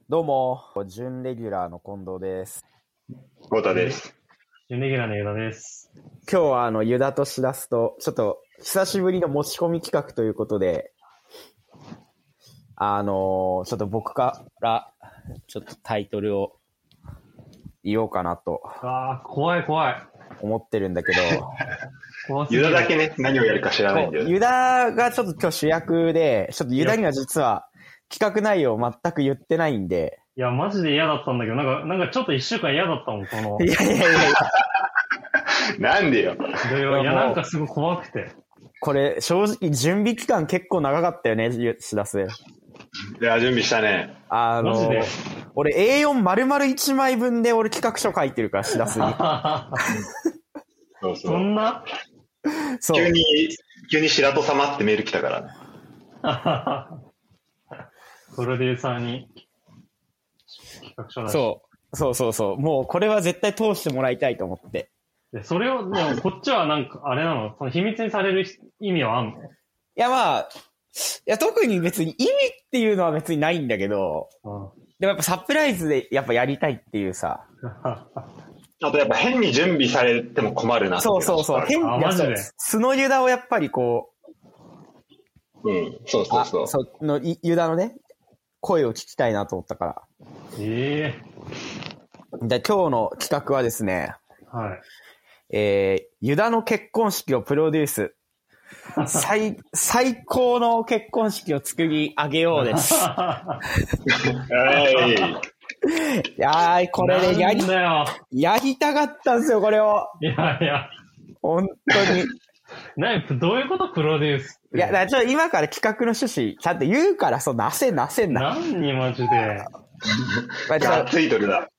どうも、準レギュラーの近藤です。 太田です。 準レギュラーのユダです。 今日はユダとしらすと、ちょっと久しぶりの持ち込み企画ということで、ちょっと僕からちょっとタイトルを言おうかなと。 怖い。 思ってるんだけど。ユダだけね、何をやるか知らないんだよね。 ユダがちょっと今日主役で、ちょっとユダには実は企画内容全く言ってないんで。 いや、マジで嫌だったんだけど、なんかちょっと一週間嫌だったもん、この。 いや。 なんでよ。 いや、なんかすごい怖くて。 これ、正直準備期間結構長かったよね、しらす。 いや、準備したね。 マジで俺 A4 丸々1枚分で俺企画書書いてるから、しらすに。 そう。 そんなそう。 急に白戸様ってメール来たからね。 プロデューサーに企画書出して。 そう。もうこれは絶対通してもらいたいと思って。 でそれを、でもこっちはなんか、あれなの、その秘密にされる意味はあんの？ いや特に別に意味っていうのは別にないんだけど、でもやっぱサプライズでやっぱやりたいっていうさ。 あとやっぱ変に準備されても困るなって。 そう。変に、素のユダをやっぱりこう。うん、そう。 ユダのね、声を聞きたいなと思ったから。 で、 今日の企画はですね、 はい。 ユダの結婚式をプロデュース。最高の結婚式を作り上げようです。いやー、これね、やりたかったんですよ、これを。 いや。 本当に。 どういうことプロデュースって。 いや、だからちょっと今から企画の趣旨、ちゃんと言うから、なせんな。 何マジで。 熱い鳥だ。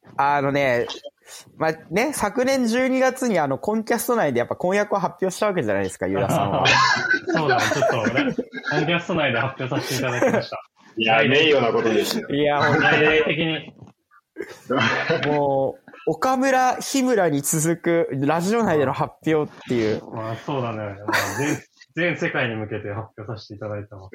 昨年12月にコンキャスト内でやっぱ婚約を発表したわけじゃないですか、ユダさんは。 そうだね、ちょっとね、コンキャスト内で発表させていただきました。 いや、名誉なことですよ。 いや、 本当に。的に。 もう、岡村、日村に続くラジオ内での発表っていう。 まあそうだね。全世界に向けて発表させていただいたわ。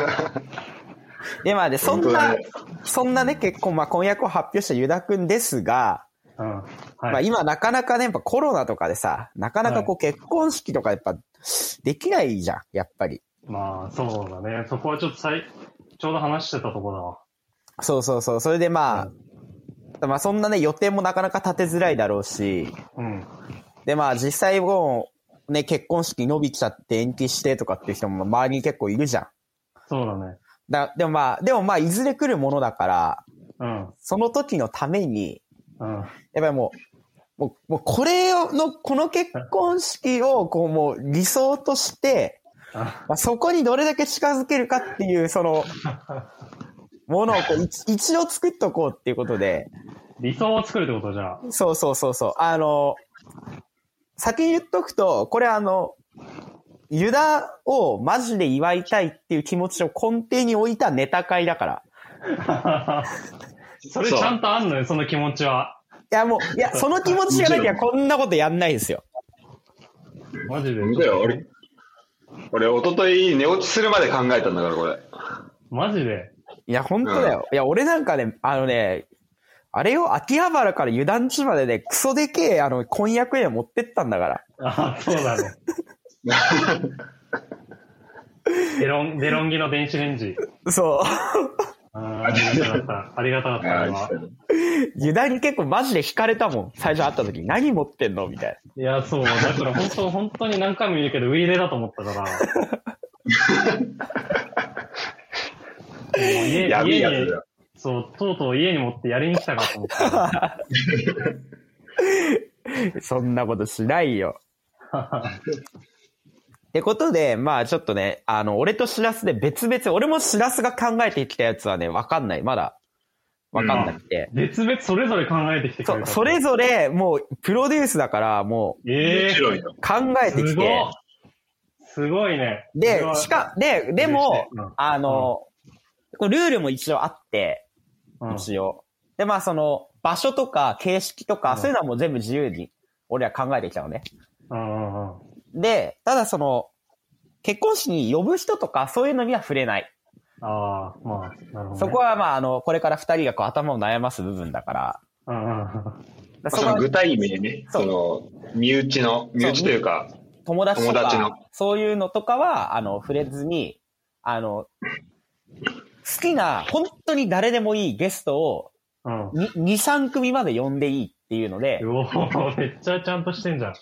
で、そんなね、結婚、婚約を発表したユダくんですが、 はい、 今なかなかね、やっぱコロナとかでさ、なかなか結婚式とかやっぱできないじゃん、やっぱり。 まあそうだね。そこはちょっとちょうど話してたとこだわ。 そう。それでそんなね、予定もなかなか立てづらいだろうし、で実際もうね、結婚式伸びちゃって延期してとかっていう人も周りに結構いるじゃん。 そうだね。 でもいずれ来るものだから、その時のために、やっぱりもうこの結婚式をもう理想として、そこにどれだけ近づけるかっていうものを一度作っとこうっていうことで。 理想を作るってことじゃあ。 そう。先に言っとくと、これユダをマジで祝いたいっていう気持ちを根底に置いたネタ会だから。 それちゃんとあんのよ、その気持ちは。 いや、その気持ちがなきゃこんなことやんないですよ。 マジで。 俺、一昨日寝落ちするまで考えたんだから、これ。 マジで。 いや、本当だよ。いや、俺なんかね、あれよ、秋葉原から油断地までね、クソでけえ、婚約絵持ってったんだから。 そうだね。デロンギの電子レンジ。 そう。 ありがたかった。 ユダに結構マジで惹かれたもん。最初会った時に何持ってんのみたいな。いや、そう。だから本当に何回も言うけど、ウィーレだと思ったから。 やべえやつだよ。 そう、とうとう家に持ってやりに来たかと思った。 そんなことしないよ。ってことで、ちょっとね、俺としらすで別々、俺もしらすが考えてきたやつはね、わかんない。まだ、わかんなくて。 別々それぞれ考えてきてくれた。 それぞれ、もう、プロデュースだから、もう、考えてきて。 すごいね。 でも、ルールも一応あって、一応。で、場所とか形式とか、そういうのはもう全部自由に、俺は考えてきたのね。で、ただ結婚式に呼ぶ人とかそういうのには触れない。 ああ、まあ、なるほど、ね。 そこはまあ、これから二人がこう頭を悩ます部分だから。 その具体名ね。その、身内というか、 友達とか、そういうのとかは、触れずに、好きな、本当に誰でもいいゲストを、2、3組まで呼んでいいっていうので。 おー、めっちゃちゃんとしてんじゃん。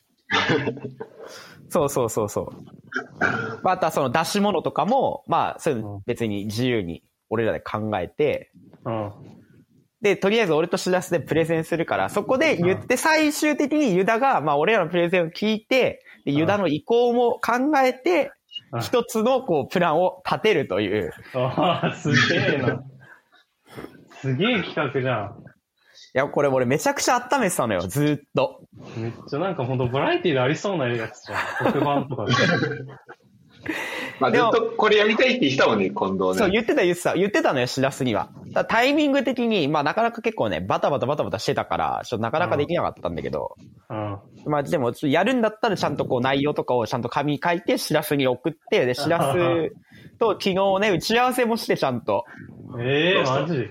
そう。あとはその出し物とかも、まあ、そういうの別に自由に俺らで考えて、で、とりあえず俺としらすでプレゼンするから、そこで言って最終的にユダが、まあ俺らのプレゼンを聞いて、でユダの意向も考えて、一つのこうプランを立てるという。 ああ、すげえな。すげえ企画じゃん。 いや、これ俺めちゃくちゃ温めてたのよ、ずーっと。 めっちゃなんかほんとバラエティでありそうなやつじゃん。特番とかで。 まあずっとこれやりたいって言ってたもんね、近藤ね。 そう、言ってたのよ、しらすには。タイミング的に、まあなかなか結構ね、バタバタしてたから、ちょっとなかなかできなかったんだけど。まあでも、やるんだったらちゃんとこう内容とかをちゃんと紙に書いて、しらすに送って、で、しらすと昨日ね、打ち合わせもしてちゃんと。 マジ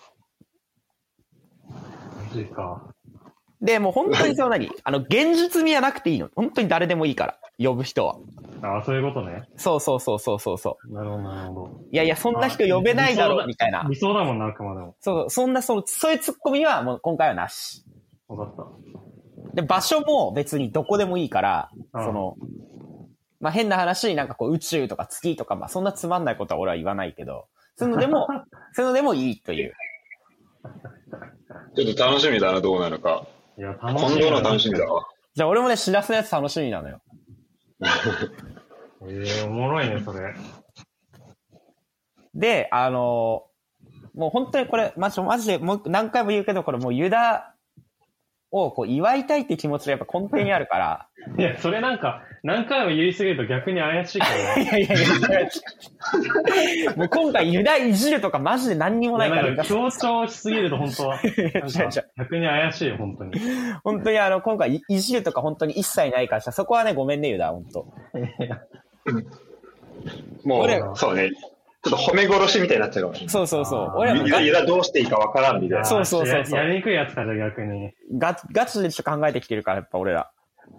か。 で、もう本当にそう現実味はなくていいの。本当に誰でもいいから、呼ぶ人は。 ああ、そういうことね。 そう。 なるほど。 いや、そんな人呼べないだろう、みたいな。 理想だもんな、あくまでも。 そういうツッコミはもう今回はなし。 わかった。 で、場所も別にどこでもいいから、まあ、変な話、なんかこう宇宙とか月とか、まあそんなつまんないことは俺は言わないけど、そういうのでもいいという。 ちょっと楽しみだな、どうなるか。 いや、楽しみ。 今度の楽しみだわ。 じゃあ俺もね、しらすのやつ楽しみなのよ。 おもろいね、それ。 で、もう本当にこれ、マジでもう何回も言うけど、これもうユダをこう祝いたいって気持ちがやっぱ根底にあるから。 いや、それなんか、何回も言いすぎると逆に怪しいから。 いや。もう今回ユダいじるとかマジで何にもないから。 強調しすぎると本当は。逆に怪しいよ、本当に。 本当に今回いじるとか本当に一切ないからさ、そこはね、ごめんね、ユダ、本当。 もう、そうね。ちょっと褒め殺しみたいになっちゃうかもしれない。 そう。 俺らユダどうしていいかわからんみたいな。 そう。 やりにくいやつかじゃ逆に。 ガチでちょっと考えてきてるから、やっぱ俺ら。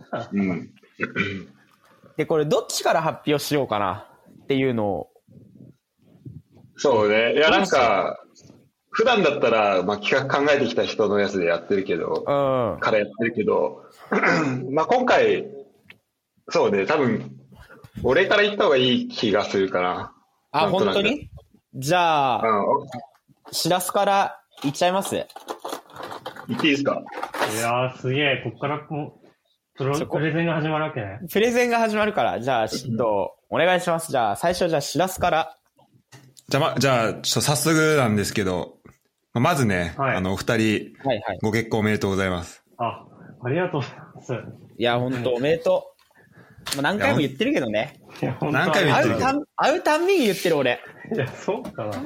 で、これどっちから発表しようかなっていうのを。 そうね。いや、なんか、普段だったら、まあ、企画考えてきた人のやつでやってるけど、からやってるけど、まあ今回、そうね、多分、俺から言った方がいい気がするかな。 あ、本当に？じゃあ、しらすから言っちゃいます？ 言っていいですか？ いやー、すげえ。こっからもプレゼンが始まるわけね。 プレゼンが始まるから、じゃあ、お願いします。じゃあ、最初、しらすから。 じゃあ、早速なんですけど、まずね、お二人、ご結婚おめでとうございます。 ありがとうございます。 いや、本当おめでとう。何回も言ってるけどね。 何回も言ってるけど。 会うたんびに言ってる俺。 いや、そうかな。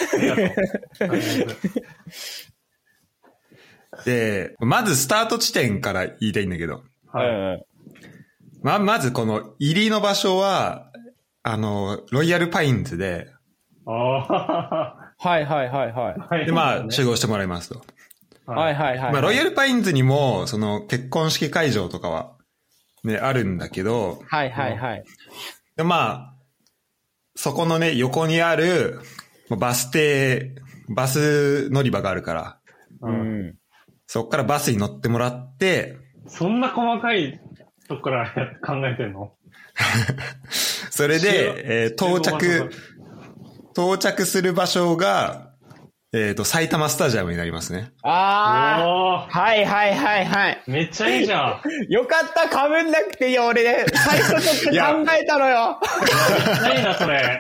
で、まずスタート地点から言いたいんだけど。まずこの入りの場所は、ロイヤルパインズで。 はい。 で、まあ、集合してもらいますと。 まあ、 ロイヤルパインズにも、その結婚式会場とかは、ね、あるんだけど。で、まあ、そこのね、横にある、バス乗り場があるから。そこからバスに乗ってもらって、 そんな細かいとこから考えてんの？ それで、到着する場所が、埼玉スタジアムになりますね。 はい。 めっちゃいいじゃん。よかった、被んなくていいよ、俺ね。最初ちょっと考えたのよ。 ないな、それ。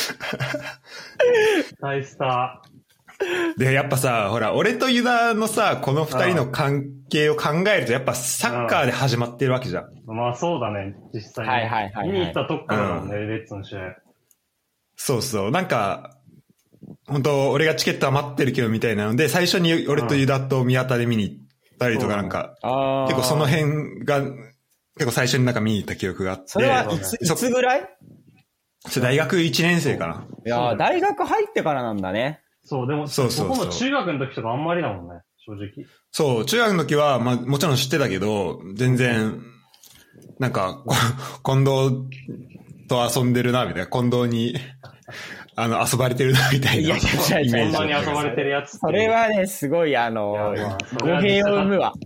大スター。 で、やっぱさ、ほら、俺とユダのさ、この二人の関係を考えると、やっぱサッカーで始まってるわけじゃん。 まあそうだね、実際に。見に行ったとこからだもんね、レッツの試合。 そう。なんか、本当俺がチケット余ってるけどみたいなので、最初に俺とユダと宮田で見に行ったりとかなんか、結構その辺が、結構最初になんか見に行った記憶があって。 それはいつぐらい？ それ大学1年生かな。 いやー、大学入ってからなんだね。 そう、でも、ほぼ中学の時とかあんまりだもんね、正直。 そう、中学の時は、まあ、もちろん知ってたけど、全然、なんか、近藤と遊んでるな、みたいな。近藤に、遊ばれてるな、みたいな。 いや、 そんなに遊ばれてるやつ。 それはね、すごい、語弊を生むわ。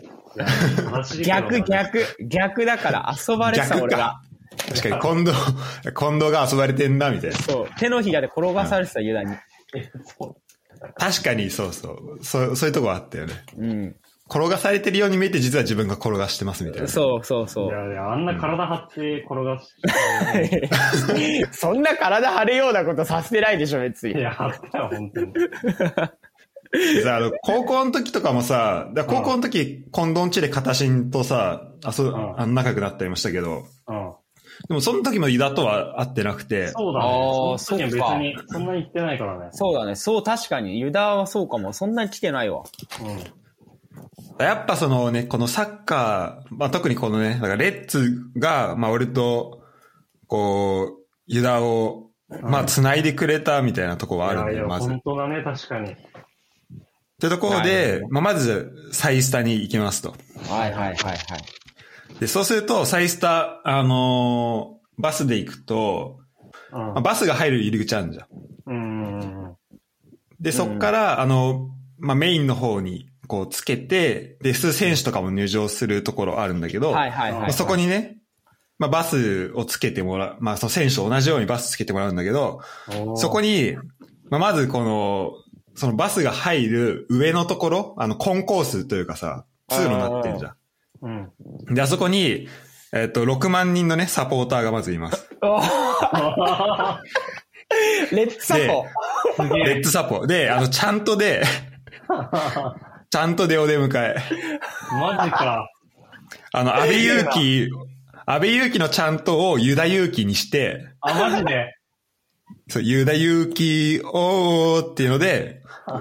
逆だから遊ばれてた俺が。 確かに近藤が遊ばれてんな、みたいな。 そう。手のひらで転がされてた、ユダに。 確かに、そういうとこあったよね。 うん。 転がされてるように見えて、実は自分が転がしてますみたいな。 そう。 いや、あんな体張って転がして。 そんな体張るようなことさせてないでしょ、別に。 いや、張ったよ、本当に。 高校の時とかもさ、高校の時、近藤ん家で片新とさ、仲良くなったりもしたけど、でもその時もユダとは会ってなくて。 そうだね。その時は別にそんなに行ってないからね。 そうだね。そう、確かに。ユダはそうかも。そんなに来てないわ。 やっぱそのね、このサッカー、まあ特にこのね、だからレッツが、まあ俺と、こう、ユダを、まあ繋いでくれたみたいなところはあるんだよ、まず。 本当だね、確かに。 ってところで、まあまず、サイスタに行きますと。 はい。 で、そうすると、サイスタ、バスで行くと、バスが入る入り口あるじゃん。で、そっから、まあメインの方に、こうつけて、で、普通選手とかも入場するところあるんだけど、そこにね、まあバスをつけてもらう、まあその選手と同じようにバスつけてもらうんだけど、そこに、まあまずそのバスが入る上のところ、コンコースというかさ、通路になってんじゃん。で、あそこに、6万人のね、サポーターがまずいます。 レッツサポ。 レッツサポ。で、ちゃんとでお出迎え。 マジか。 安倍勇気のちゃんとをユダ勇気にして。 マジでそう、ユダ勇気おーっていうので、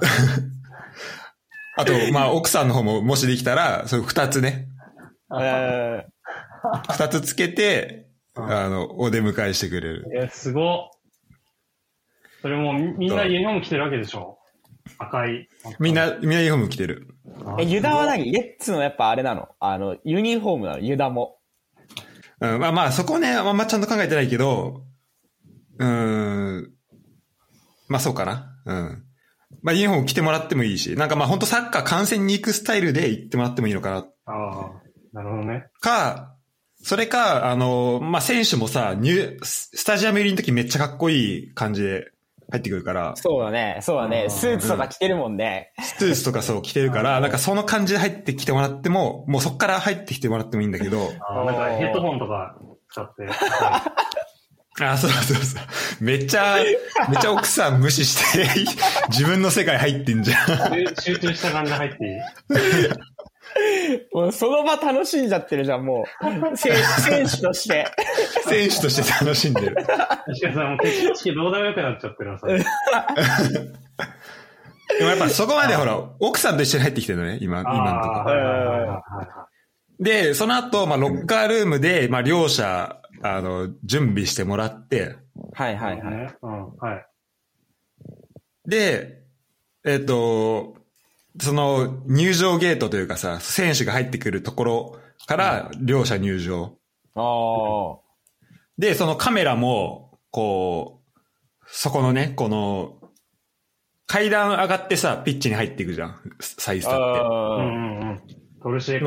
あと、まあ、奥さんの方ももしできたら、それ2つね。2つつけて、お出迎えしてくれる。 いや、すごっ。それもみんなユニフォーム着てるわけでしょ？赤い。 みんなユニフォーム着てる。 ユダは何？レッツのやっぱあれなの？ユニフォームなの？ユダも。 まあそこね、あんまちゃんと考えてないけど、まあそうかな。まあユニフォーム着てもらってもいいし、なんかまあ本当サッカー観戦に行くスタイルで行ってもらってもいいのかな。 なるほどね。 それか、まあ選手もさ、スタジアム入りの時めっちゃかっこいい感じで入ってくるから。 そうだね。スーツとか着てるもんね。 スーツとかそう着てるから、なんかその感じで入ってきてもらっても、もうそっから入ってきてもらってもいいんだけど。 なんかヘッドホンとか使って。 そう。めっちゃ奥さん無視して、自分の世界入ってんじゃん。 集中した感じで入っていい？ もうその場楽しんじゃってるじゃん、もう。選手として。 選手として楽しんでる。 確かにさ、もう結婚式どうでもよくなっちゃってるわ、それ。でもやっぱそこまでほら、奥さんと一緒に入ってきてるのね、今のところ。で、その後、まあ、ロッカールームで、まあ、両者、準備してもらって。 はい。 で、その入場ゲートというかさ、選手が入ってくるところから両者入場。で、そのカメラも、こう、そこのね、この、階段上がってさ、ピッチに入っていくじゃん、サイスタって。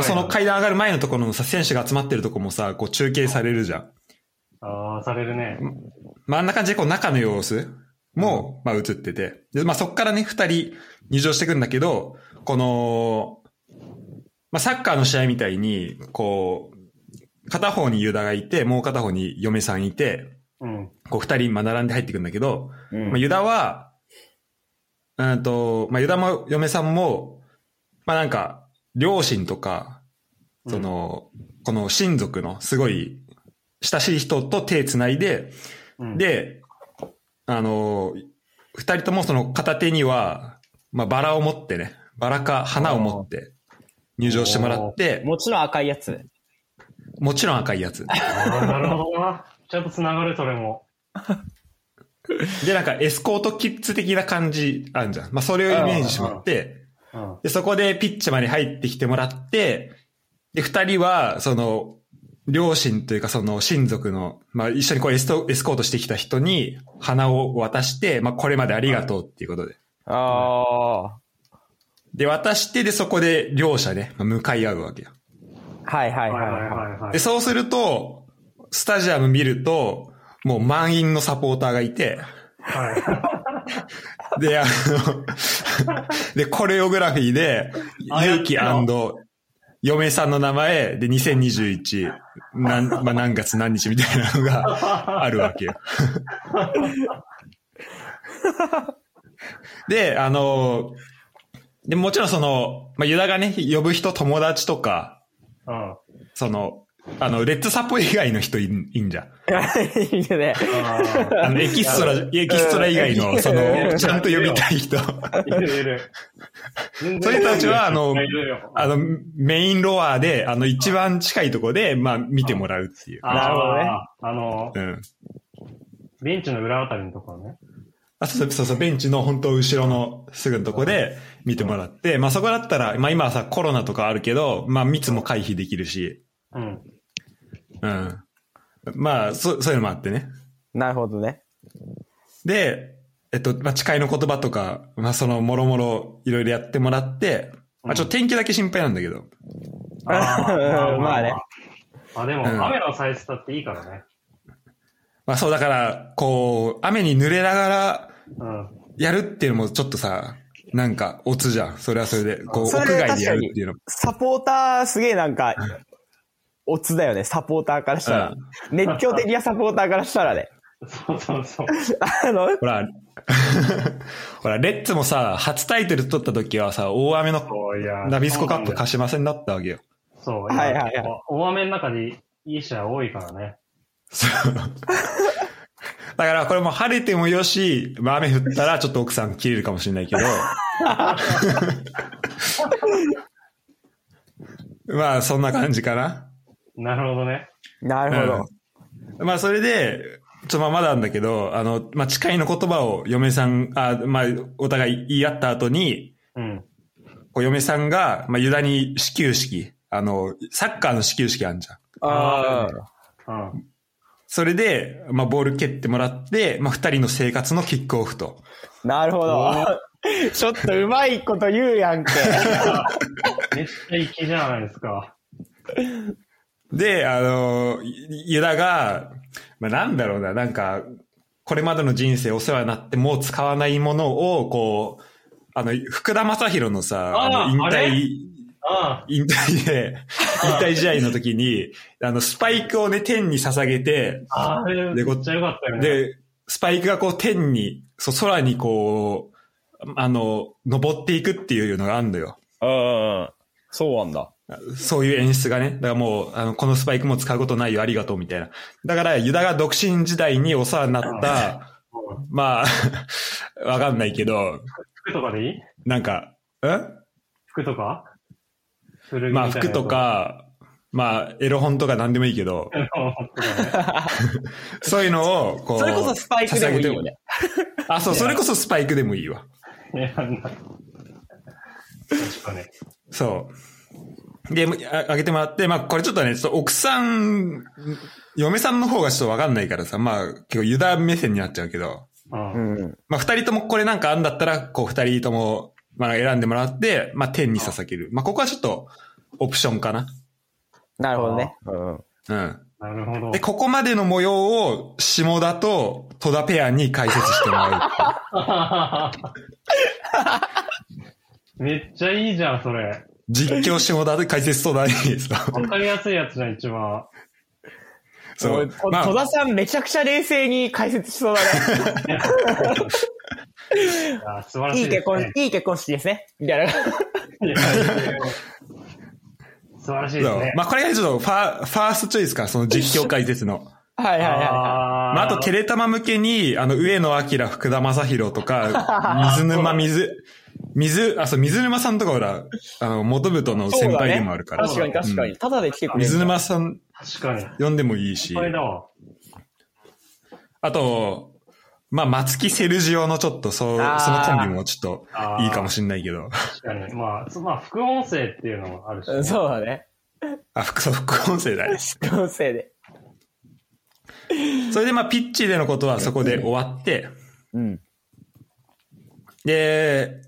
その階段上がる前のところのさ、選手が集まってるとこもさ、こう中継されるじゃん。 されるね。 まあ、あんな感じでこう中の様子も、まあ映ってて。で、まあそっからね、二人入場してくんだけど、この、まあサッカーの試合みたいに、こう、片方にユダがいて、もう片方に嫁さんいて、こう二人、まあ並んで入ってくんだけど、まあユダは、まあユダも嫁さんも、まあなんか、両親とか、この親族のすごい親しい人と手つないで、で、二人ともその片手には、まあバラを持ってね、バラか花を持って入場してもらって。 もちろん赤いやつ。 もちろん赤いやつ。 なるほどな。ちゃんと繋がる、それも。 で、なんかエスコートキッズ的な感じあるじゃん。まあ、それをイメージしてもらって、で、そこでピッチまで入ってきてもらって、で、二人は、その、両親というかその親族の、まあ、一緒にこうエスコートしてきた人に花を渡して、まあ、これまでありがとうっていうことで。で、渡して、で、そこで両者ね、向かい合うわけよ。 はいはいはいはい。 で、そうすると、スタジアム見ると、もう満員のサポーターがいて、で、で、コレオグラフィーで、ゆうき&嫁さんの名前で2021まあ、何月何日みたいなのがあるわけよ。で、で、もちろんその、まあ、ユダがね、呼ぶ人友達とか、その、レッツサポ以外の人いんじゃん。 いいね。 エキストラ以外の、その、ちゃんと呼びたい人。いる。そういう人たちは、メインロアで、一番近いところで、まあ、見てもらうっていう。 なるほどね。 ベンチの裏あたりのところね。 そう、ベンチの本当後ろのすぐのとこで見てもらって、まあそこだったら、まあ今はさ、コロナとかあるけど、まあ密も回避できるし、まあ、そういうのもあってね。 なるほどね。 で、まあ誓いの言葉とか、まあその、もろもろいろいろやってもらって、まあちょっと天気だけ心配なんだけど。 まあね。 でも、雨のさえつたっていいからね。 まあそう、だから、こう、雨に濡れながら、やるっていうのもちょっとさ、なんか、オツじゃん。それはそれで、こう、屋外でやるっていうの。 サポーターすげえなんか、オツだよね、サポーターからしたら。熱狂的なサポーターからしたらね。 そう。 ほら、レッツもさ、初タイトル取った時はさ、大雨のナビスコカップ鹿島戦だったわけよ。 そう。はい。大雨の中でいい試合多いからね。 そう。だからこれも晴れてもよし、まあ雨降ったらちょっと奥さん切れるかもしれないけど。まあそんな感じかな。 なるほどね。 なるほど。 まあそれで、まだなんだけど、まあ誓いの言葉を嫁さん、まあお互い言い合った後に、こう嫁さんが、まあユダに始球式、サッカーの始球式あんじゃん。それで、まあ、ボール蹴ってもらって、まあ、二人の生活のキックオフと。 なるほど。ちょっとうまいこと言うやんけ。 めっちゃ粋じゃないですか。 で、ユダが、まあ、なんだろうな、なんか、これまでの人生お世話になってもう使わないものを、こう、福田正宏のさ、引退試合の時に、スパイクをね、天に捧げて、 めっちゃよかったよね。 で、スパイクがこう天に、空にこう、登っていくっていうのがあるんだよ。 そうなんだ。 そういう演出がね。だからもう、このスパイクも使うことないよ、ありがとう、みたいな。だから、ユダが独身時代にお世話になった、まあ、わかんないけど。 服とかでいい？ なんか、 服とか？ まあ服とか、まあエロ本とか何でもいいけど、そういうのをこう、 それこそスパイクでもいいよね。 そう、それこそスパイクでもいいわ。 確かに。 そう。で、あげてもらって、まあこれちょっとね、奥さん、嫁さんの方がちょっとわかんないからさ、まあ結構ユダ目線になっちゃうけど、まあ二人ともこれなんかあんだったら、こう二人とも、まあ選んでもらって、まあ天に捧げる。まあここはちょっとオプションかな。 なるほどね。 なるほど。 で、ここまでの模様を下田と戸田ペアに解説してもらう。めっちゃいいじゃん、それ。 実況下田で解説戸田に。 わかりやすいやつじゃん、一番。 そう。戸田さんめちゃくちゃ冷静に解説しそうだね。 素晴らしいですね。 いい結婚式ですね。みたいな。 素晴らしいですね。 まあこれがちょっとファーストチョイスか、その実況解説の。 まああとテレタマ向けに、上野明、福田正宏とか、水沼さんとかほら、元部との先輩でもあるから。 確かに。ただで来てくれる。 水沼さん、呼んでもいいし。あと、 まあ、松木セルジオのちょっとそのコンビもちょっといいかもしれないけど。 確かに。まあ、副音声っていうのもあるし、ね。 そうだね。 副音声だね。 副音声で。 それでまあ、ピッチでのことはそこで終わって、 うん。 で、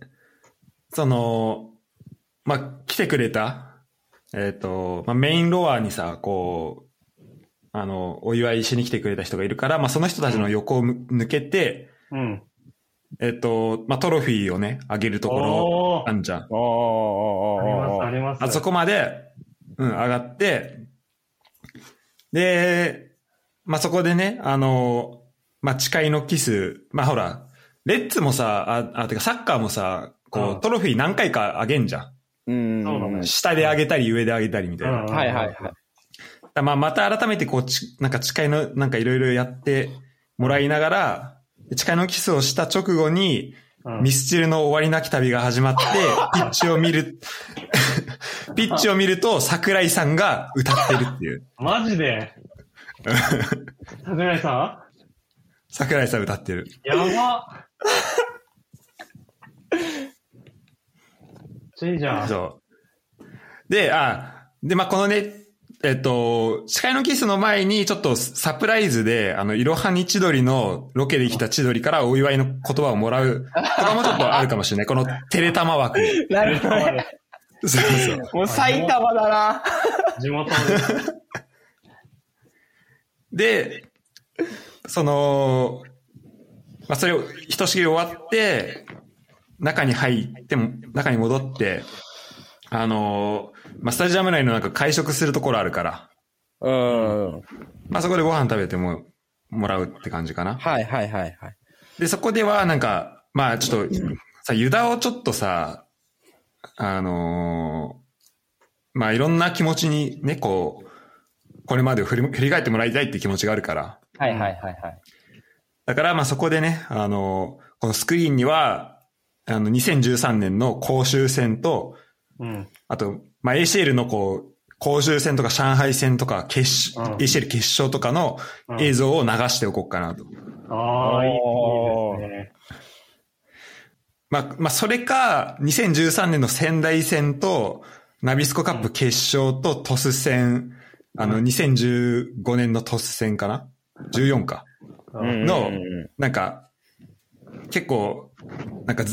まあ、来てくれた、まあ、メインロアにさ、こう、お祝いしに来てくれた人がいるから、まあ、その人たちの横を抜けて、 うん。 まあ、トロフィーをね、あげるところ、あんじゃん。 あります。 あそこまで、上がって、で、まあ、そこでね、まあ、誓いのキス、まあ、ほら、レッツもさ、てかサッカーもさ、こう、トロフィー何回かあげんじゃん。下であげたり上であげたりみたいな。 はいはいはい。 まあ、また改めてこう、なんか誓いの、なんかいろいろやってもらいながら、誓いのキスをした直後に、ミスチルの終わりなき旅が始まって、ピッチを見ると、桜井さんが歌ってるっていう。 マジで桜井さん歌ってる。 やばいいじゃん。 そう。で、まあ、このね、誓いのキスの前にちょっとサプライズで、いろはに千鳥のロケで来た千鳥からお祝いの言葉をもらうとかもちょっとあるかもしれない。このテレタマ枠。 なるほどね。 そう。 もう埼玉だな。 地元で、まあ、それをひとしきり終わって、中に戻って、まあ、スタジアム内のなんか会食するところあるから。まあ、そこでご飯食べてもらうって感じかな。 はい。 で、そこではなんか、まあ、ちょっと、さ、ユダをちょっとさ、まあ、いろんな気持ちにね、これまでを振り返ってもらいたいって気持ちがあるから。 はい。 だから、まあ、そこでね、このスクリーンには、2013年の公衆戦と、あと、まあ、ACL のこう、公衆戦とか上海戦とかACL 決勝とかの映像を流しておこうかなと。 いいですね。 まあ、それか、2013年の仙台戦と、ナビスコカップ決勝とトス戦、2015年のトス戦かな ?14 か。の、なんか、結構、なんか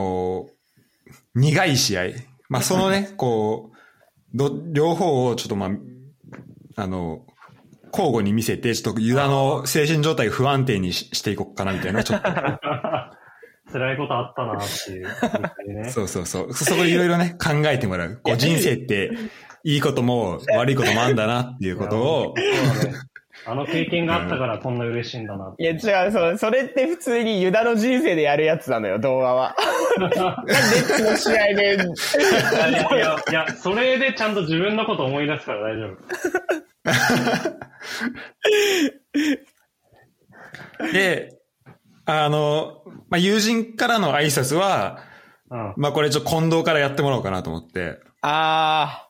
苦い試合。まあ、そのね、こう、両方をちょっとまあ、交互に見せて、ちょっとユダの精神状態を不安定にしていこうかなみたいな、ちょっと。 辛いことあったなっていう、ね。 そう。そこでいろいろね、考えてもらう。こう人生って、いいことも悪いこともあんだなっていうことを。 経験があったからこんな嬉しいんだなって。 いや違う、それって普通にユダの人生でやるやつなのよ、動画は。レッツの試合で。 いや、それでちゃんと自分のこと思い出すから大丈夫。で、まあ、友人からの挨拶は、まあ、これ近藤からやってもらおうかなと思って。 はい。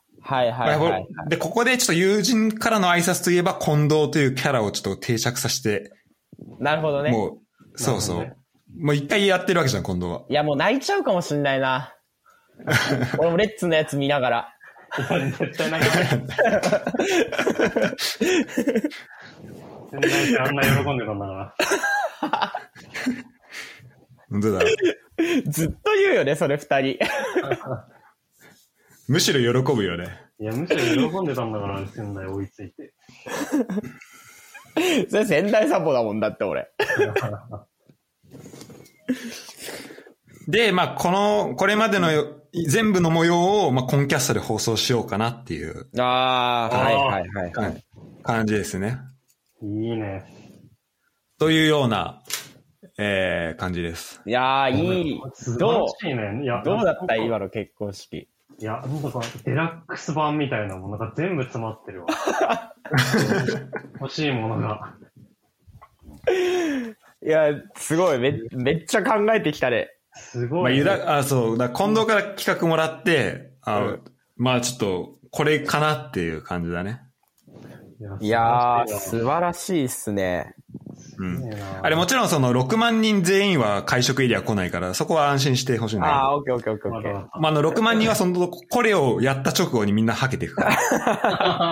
で、ここでちょっと友人からの挨拶といえば近藤というキャラをちょっと定着させて。 なるほどね。 もう、そう。もう一回やってるわけじゃん、近藤は。 いや、もう泣いちゃうかもしんないな。俺もレッツのやつ見ながら。 絶対泣いちゃう。全然あんな喜んでたんだから。 本当だ。 ずっと言うよね、それ二人。 むしろ喜ぶよね。 いや、むしろ喜んでたんだから、仙台追いついて。 それ仙台サポだもんだって、俺。 で、まあ、これまでの全部の模様を、まあ、コンキャストで放送しようかなっていう。 はい。 感じですね。 いいね。 というような、感じです。 いやー、いい。 どうだった今の結婚式。 いや、なんかデラックス版みたいなものが全部詰まってるわ。欲しいものが。 いや、すごい。めっちゃ考えてきたね。 すごい、 ね。まあ、そう。近藤から企画もらって、まあちょっと、これかなっていう感じだね。 いやー、素晴らしいっすね。 うん。あれもちろんその6万人全員は会食エリア来ないから、そこは安心してほしいんだけど。 ああ、オッケーオッケーオッケーオッケー。 まあ、6万人はその、これをやった直後にみんなはけていくから。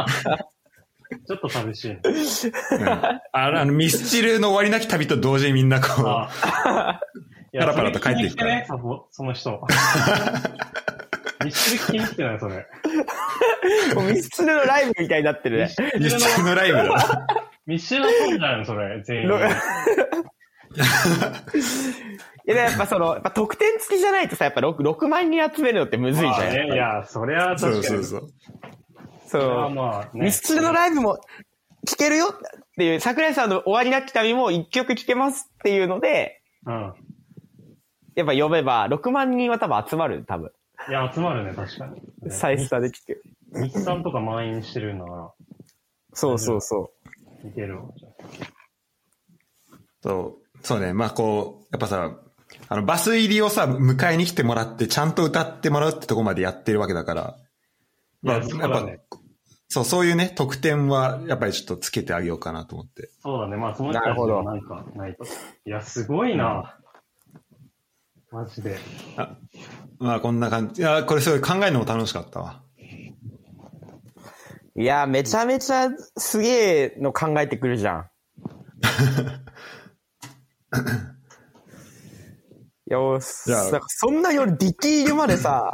ちょっと寂しい、ね。 うん。ミスチルの終わりなき旅と同時にみんなこう、パラパラと帰っていくから。 その人。ミスチル気に入ってないそれ。 もうミスチルのライブみたいになってるね。 ミスチルのライブだ。 ミスチルのファンじゃないのそれ、全員。 いや、やっぱやっぱ得点付きじゃないとさ、やっぱ 6万人集めるのってむずいじゃん。 いや、それは確かに。 そう、まあね、ミスチルのライブも聴けるよっていう、桜井さんの終わりなき旅も1曲聴けますっていうので、うん。やっぱ呼べば、6万人は多分集まる、多分。 いや、集まるね、確かに。 再スタで聴く。 日産とか満員してるんだから。 そうそうそう。 いけるわ。 そうね、まあこう、やっぱさ、バス入りをさ、迎えに来てもらって、ちゃんと歌ってもらうってとこまでやってるわけだから、まあ、やっぱ、そういうね、得点は、やっぱりちょっとつけてあげようかなと思って。 そうだね、まあ、その人たちもなんかないと。いや、すごいな。マジで。 まあ、こんな感じ。いや、これすごい考えるのも楽しかったわ。 いや、めちゃめちゃすげえの考えてくるじゃん。いや、そんな夜ディティールまでさ、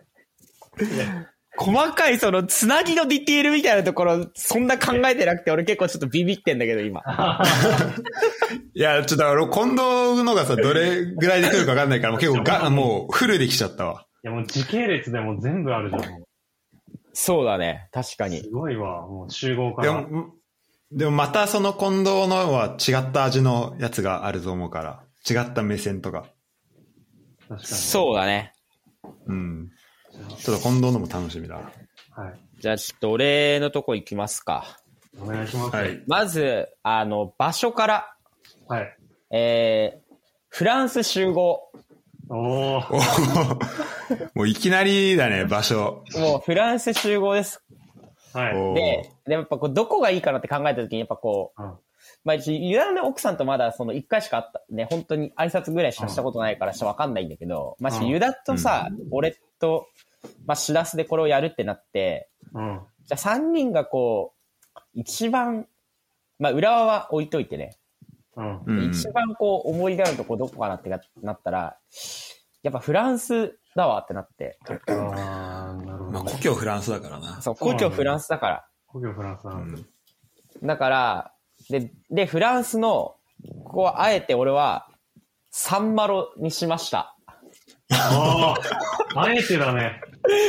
細かいそのつなぎのディティールみたいなところ、そんな考えてなくて、俺結構ちょっとビビってんだけど、今。 いや、ちょっと近藤のがさ、どれぐらいで来るか分かんないから、結構もうフルで来ちゃったわ。 いや、もう時系列でも全部あるじゃん。 そうだね、確かに。 すごいわ、もう集合から。 でもまたその近藤のは違った味のやつがあると思うから、違った目線とか。 確かに。そうだね。 うん。ちょっと近藤のも楽しみだ。はい。 じゃあちょっと俺のとこ行きますか。 お願いします。 はい。まず、場所から。 はい。 フランス集合。 おー。 もういきなりだね、場所。 もうフランス集合です。 はい。 で、やっぱどこがいいかなって考えたときに、やっぱまあ、ユダの奥さんとまだその1回しか会った、ね、本当に挨拶ぐらいしかしたことないからわかんないんだけど、まあ、ユダとさ、俺と、まあ、シラスでこれをやるってなって、じゃあ3人が一番、まあ、浦和は置いといてね、一番思い出あるとこどこかなってなったら、やっぱフランスだわってなって。 なるほど。 まあ、故郷フランスだからな。 そう、故郷フランスだから。 故郷フランスだ。 だから、で、フランスの、ここはあえて俺は、サンマロにしました。 あえてだね。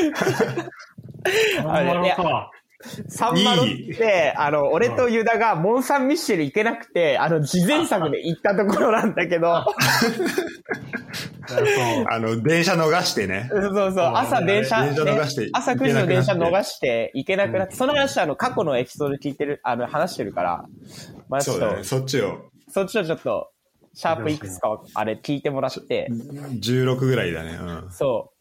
サンマロか。 サンマロって、俺とユダがモンサンミッシェル行けなくて、事前作で行ったところなんだけど。 電車逃してね。 そう、朝9時の電車逃して行けなくなって、その話過去のエピソード聞いてる、話してるから、まあ、 そうだね、そっちをちょっと、シャープいくつか聞いてもらって。 16ぐらいだね。うん。 そう。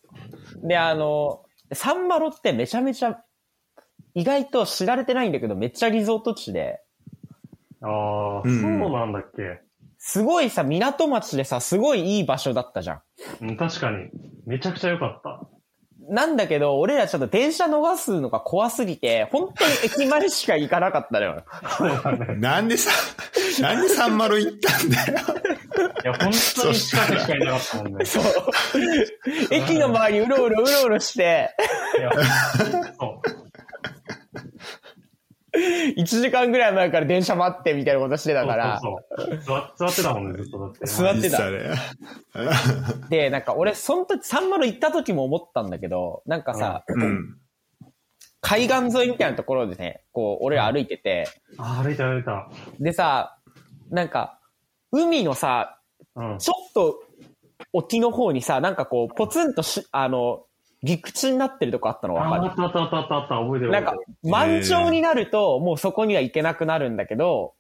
で、サンマロってめちゃめちゃ、意外と知られてないんだけど、めっちゃリゾート地で。 そうなんだっけ。 すごいさ、港町でさ、すごいいい場所だったじゃん。確かに。めちゃくちゃ良かった。 なんだけど、俺らちょっと電車逃すのが怖すぎて、本当に駅までしか行かなかったのよ。 なんでサンマロ行ったんだよ。 いや、本当に近くしかいなかったもんね。 そう。駅の周りうろうろして。いや、そう。1時間ぐらい前から電車待ってみたいなことしてたから。 座ってたもんね、ずっとだって。 座ってた。で、なんか俺、その時、サンマロ行った時も思ったんだけど、なんかさ、海岸沿いみたいなところでね、俺ら歩いてて。 歩いた。 でさ、なんか、海のさ、ちょっと沖の方にさ、なんかポツンと陸地になってるとこあったの分かる？ あった、覚えてる。 なんか、満潮になると、もうそこには行けなくなるんだけど、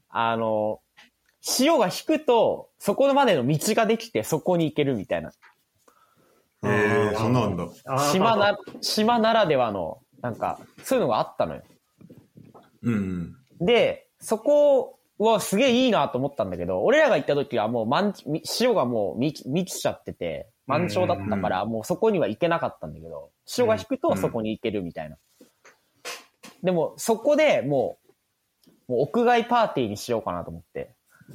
潮が引くと、そこまでの道ができて、そこに行けるみたいな。 そうなんだ。 島ならではの、なんか、そういうのがあったのよ。 うん。 で、そこうわ、すげえいいなと思ったんだけど、俺らが行った時はもう潮がもう満ちちゃってて、満潮だったから、もうそこには行けなかったんだけど、潮が引くとそこに行けるみたいな。でも、そこでもう屋外パーティーにしようかなと思って。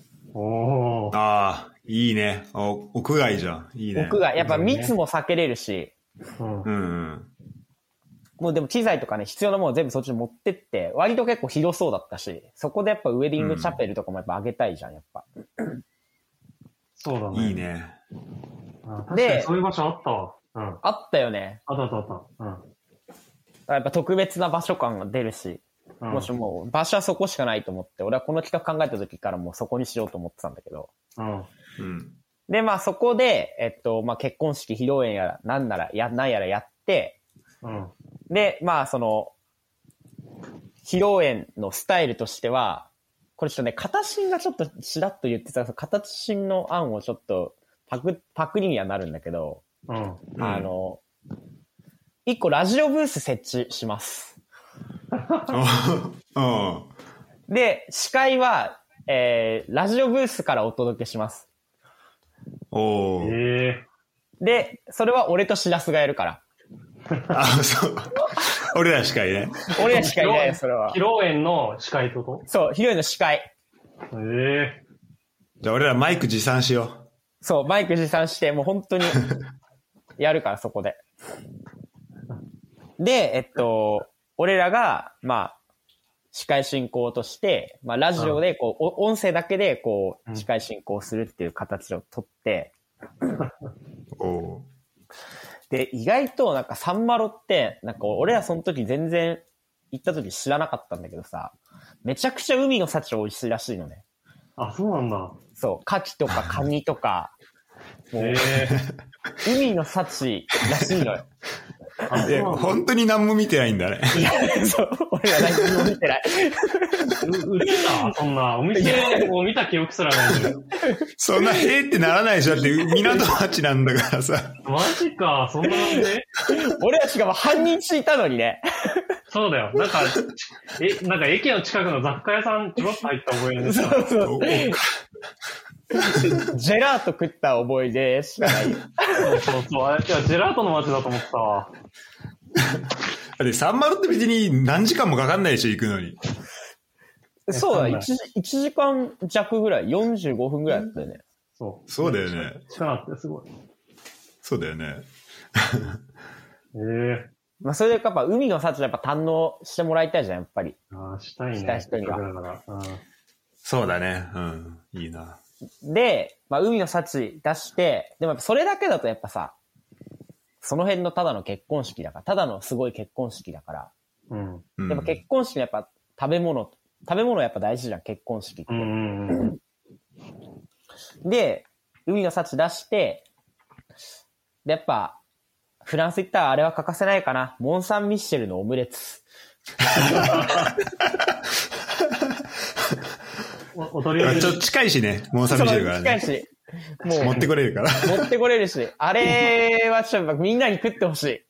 ああ、いいね。屋外じゃん。いいね。 屋外。やっぱ密も避けれるし。もうでも機材とかね、必要なもの全部そっちに持ってって、割と結構広そうだったし、そこでやっぱウェディングチャペルとかもやっぱ上げたいじゃん、やっぱ。 そうだね。 いいね。 で、そういう場所あったわ。 あったよね。 あった。 やっぱ特別な場所感が出るし、もしもう場所はそこしかないと思って、俺はこの企画考えた時からもうそこにしようと思ってたんだけど。で、まあそこで、まあ結婚式、披露宴やら、なんやらやって、で、まあその、披露宴のスタイルとしては、これちょっとね、片新がちょっとちらっと言ってた、片新の案をちょっとパクリにはなるんだけど、一個ラジオブース設置します。で、司会は、ラジオブースからお届けします。で、それは俺としらすがやるから。 そう。俺ら司会ね。 俺ら司会ね、それは。 披露宴の司会ってこと？ そう、披露宴の司会。 じゃあ俺らマイク持参しよう。 そう、マイク持参して、もう本当に、やるから、そこで。で、俺らが、まあ、司会進行として、まあ、ラジオで、こう、音声だけで、こう、司会進行するっていう形をとって、で、意外と、なんか、サンマロって、なんか、俺らその時全然、行った時知らなかったんだけどさ、めちゃくちゃ海の幸美味しいらしいのね。 あ、そうなんだ。 そう、牡蠣とかカニとか、もう、海の幸らしいのよ。 本当に何も見てないんだね。 いや、そう、俺は何も見てない。 売ってた？そんな、お店を見た記憶すらないんだよ。 そんな、ってならないでしょ。だって、港町なんだからさ。 マジか、そんなね。 俺はしかも半日いたのにね。 そうだよ。なんか駅の近くの雑貨屋さんちょろっと入った覚えですよ。そう。 ジェラート食った覚えでしかないよ。 そう。あれ、ジェラートの街だと思ってたわ。 だってサンマルって別に何時間もかかんないでしょ、行くのに。 そうだ、1時間弱ぐらい、45分ぐらいだったよね。 そうだよね。 近なってすごい。 そうだよね。 まあそれでやっぱ海の幸やっぱ堪能してもらいたいじゃん、やっぱり。 ああ、したいね。 したい人には。 そうだね。いいな。 で、まあ海の幸出して、でもやっぱそれだけだとやっぱさ、その辺のただの結婚式だから、ただのすごい結婚式だから。でも結婚式のやっぱ食べ物やっぱ大事じゃん、結婚式って。で、海の幸出して、で、やっぱ、フランス行ったらあれは欠かせないかな。モン・サン・ミッシェルのオムレツ。 ちょっと近いしね、モン・サン・ミッシェルからね。 近いし。 もう持ってこれるから。 持ってこれるし。あれはちょっとみんなに食ってほしい。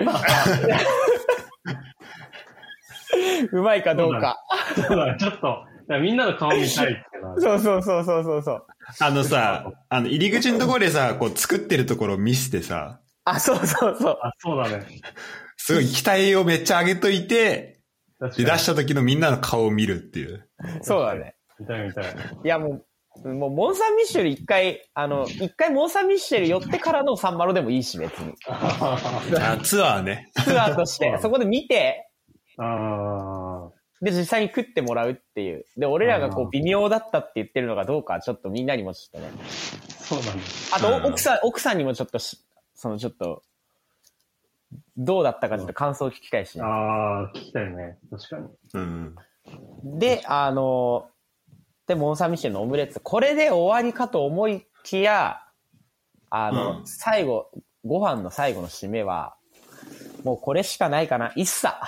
うまいかどうか。 そうだ、ちょっと。みんなの顔見たいってそう。 さ、入り口のところでさ、こう作ってるところを見せてさ。 あ、そう。 あ、そうだね。 すごい期待をめっちゃ上げといて、出した時のみんなの顔を見るっていう。 そうだね。 見たい。 いやもうモン・サン・ミッシェル一回モン・サン・ミッシェル寄ってからのサンマロでもいいし、別に。 ツアーね。 ツアーとして、そこで見て、で、実際に食ってもらうっていう。で、俺らがこう微妙だったって言ってるのがどうか、ちょっとみんなにもちょっとね。 そうだね。 あと、奥さんにもちょっと、ちょっと、どうだったかちょっと感想を聞きたいしね。 聞きたいね。確かに。で、で、モン・サン・ミッシェルのオムレツ、これで終わりかと思いきや、最後、ご飯の最後の締めは、もうこれしかないかな、イッサ。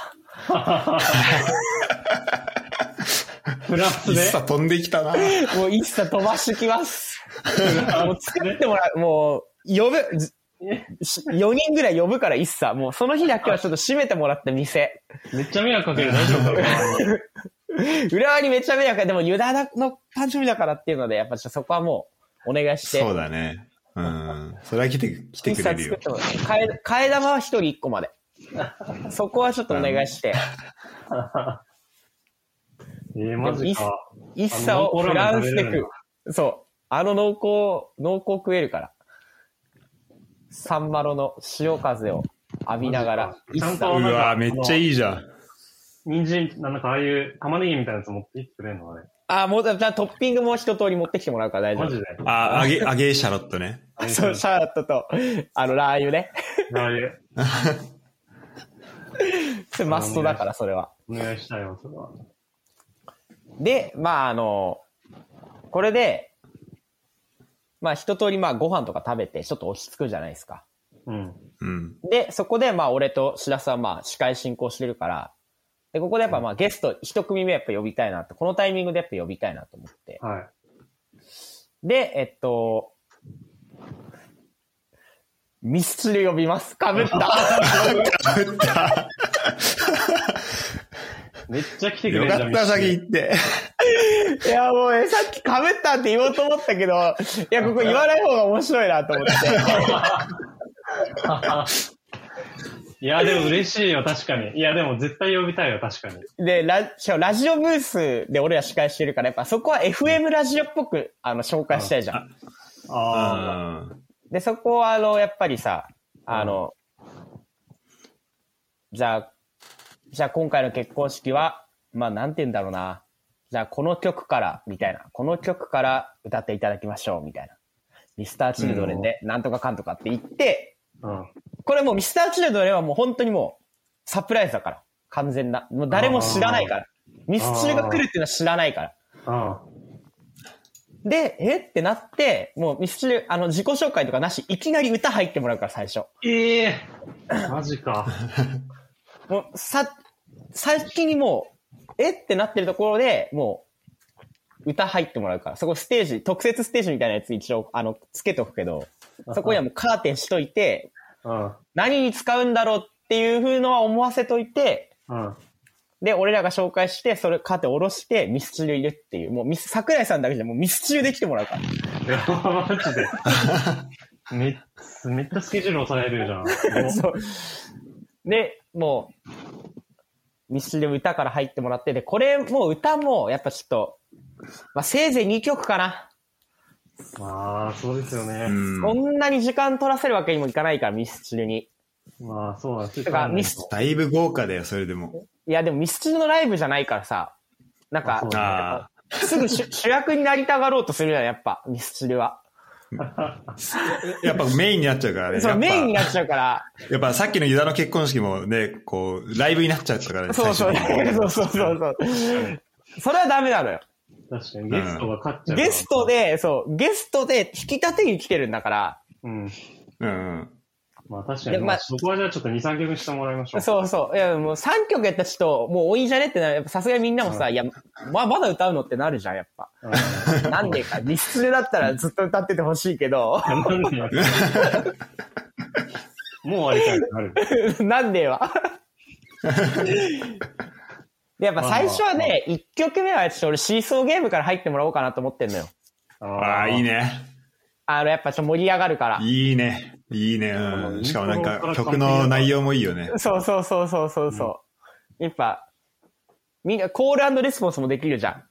フランスでイッサ飛んできたな。 もうイッサ飛ばしてきます。もう作ってもらう、もう、呼ぶ、4人ぐらい呼ぶからイッサ。もうその日だけはちょっと閉めてもらって店。 めっちゃ迷惑かける、大丈夫か浦和にめっちゃ迷惑。でもユダの誕生日だからっていうので、やっぱそこはもうお願いして。 そうだね。うん。それは来てくれるよ。 替え玉は一人一個まで。そこはちょっとお願いして。 マジか。 一茶をフランスで食う。そう。濃厚食えるから。サンマロの潮風を浴びながら。 うわめっちゃいいじゃん。 人参、なんかああいう玉ねぎみたいなやつ持ってきてくれるのあれ。 もう、じゃあトッピングも一通り持ってきてもらうから大丈夫。 マジで揚げシャロットね。 そう、シャロットと、ラー油ね。 ラー油。 それマストだから、それは。 お願いしたいわ、それは。 で、これで、一通りご飯とか食べて、ちょっと落ち着くじゃないですか。 うん。 で、そこで俺と白洲は司会進行してるから、で、ここでやっぱゲスト一組目やっぱ呼びたいなって、このタイミングでやっぱ呼びたいなと思って。 はい。 で、ミスチル呼びます。かぶった。 めっちゃ来てくれる。 よかった、先行って。 いや、もうさっきかぶったって言おうと思ったけど、いや、ここ言わない方が面白いなと思って。 いや、でも嬉しいよ、確かに。いや、でも絶対呼びたいよ、確かに。 で、ラジオブースで俺ら司会してるから、やっぱそこは FM ラジオっぽく、紹介したいじゃん。で、そこは、やっぱりさ、じゃあ今回の結婚式は、なんて言うんだろうな。じゃあこの曲から、みたいな。この曲から歌っていただきましょう、みたいな。ミスターチルドレンで、なんとかかんとかって言って、これもうミスターチルドレンはもう本当にもう、サプライズだから。完全な。もう誰も知らないから。ミスチルが来るっていうのは知らないから。で、ってなって、もうミスチル、自己紹介とかなし、いきなり歌入ってもらうから、最初。 マジか。 もう、先にもう、ってなってるところで、もう、歌入ってもらうから。そこステージ、特設ステージみたいなやつ一応、つけとくけど、そこにはもうカーテンしといて、何に使うんだろうっていう風のは思わせといて、で、俺らが紹介して、それカーテン下ろして、ミスチルいるっていう、もう桜井さんだけじゃもうミスチルで来てもらうから。 マジで。めっちゃスケジュール押されるじゃん。 そう。で、もう、ミスチル歌から入ってもらって、で、これもう歌も、やっぱちょっと、せいぜい2曲かな。 そうですよね。 そんなに時間取らせるわけにもいかないから、ミスチルに。 そうなんですよ。 だいぶ豪華だよ、それでも。 いや、でもミスチルのライブじゃないからさ、なんか、すぐ主役になりたがろうとするじゃん、やっぱ、ミスチルは。 やっぱメインになっちゃうからね。 そう、メインになっちゃうから。 やっぱさっきのユダの結婚式もね、こう、ライブになっちゃったからね。 そう。それはダメなのよ。 確かに、ゲストが勝っちゃう。 ゲストで引き立てに来てるんだから。 確かに、そこはじゃあちょっと2、3曲してもらいましょう。 そう。いや、もう3曲やったらちょっと、もう多いんじゃねってなる。やっぱさすがにみんなもさ、いや、まだ歌うのってなるじゃん、やっぱ。なんでか、ミスチルだったらずっと歌っててほしいけど。 なんでもう終わりたいってなる。 なんでは。で、やっぱ最初はね、1曲目はちょっと俺シーソーゲームから入ってもらおうかなと思ってんのよ。 いいね。 やっぱちょっと盛り上がるから。 いいね。しかもなんか曲の内容もいいよね。 そう。やっぱ、みんなコール&レスポンスもできるじゃん。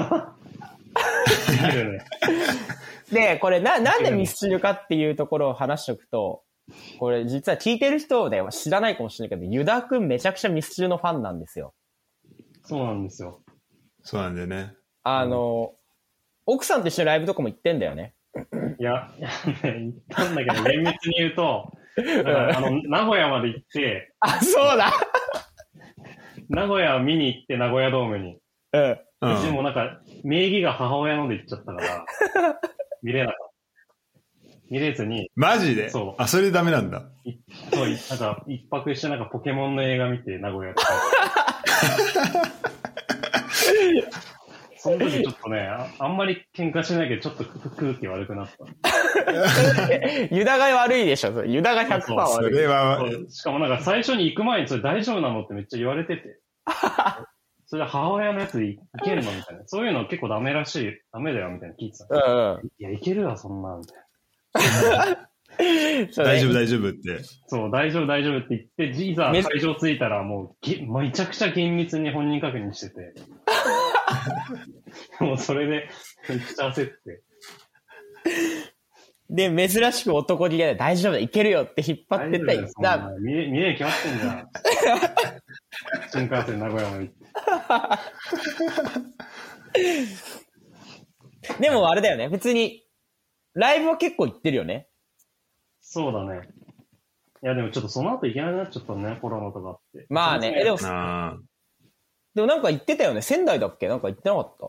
できるね。 で、これなんでミスチルかっていうところを話しておくと、これ実は聞いてる人では知らないかもしれないけど、ユダくんめちゃくちゃミスチルのファンなんですよ。 そうなんですよ。 そうなんだよね。 奥さんと一緒にライブとかも行ってんだよね。 いや、言ったんだけど、厳密に言うと、名古屋まで行って、 そうだ名古屋見に行って、名古屋ドームに。でもなんか、名義が母親ので行っちゃったから、見れなかった。見れずに。 マジで？ そう。 それでダメなんだ。 そう、なんか、一泊してなんかポケモンの映画見て、名古屋で。その時ちょっとね、あんまり喧嘩しないけど、ちょっと空気悪くなった。 ユダが悪いでしょ。ユダが 100% 悪い。 それは。 しかもなんか最初に行く前にそれ大丈夫なのってめっちゃ言われてて。 それで母親のやついけるのみたいな。そういうの結構ダメだよみたいな聞いてた。いや、いけるわ、そんな、みたいな。 大丈夫って。 そう、大丈夫って言って、いざ会場着いたらもう、めちゃくちゃ厳密に本人確認してて。もうそれで、めっちゃ焦って。 で、珍しく男気で大丈夫だ、いけるよって引っ張ってったら、 見えに決まってんじゃん。新幹線名古屋まで行って。 でもあれだよね、別に、ライブは結構行ってるよね。 そうだね。いや、でもちょっとその後行けなくなっちゃったね、コロナとかって。 まあね、でもなんか行ってたよね。仙台だっけ？なんか行ってなかった？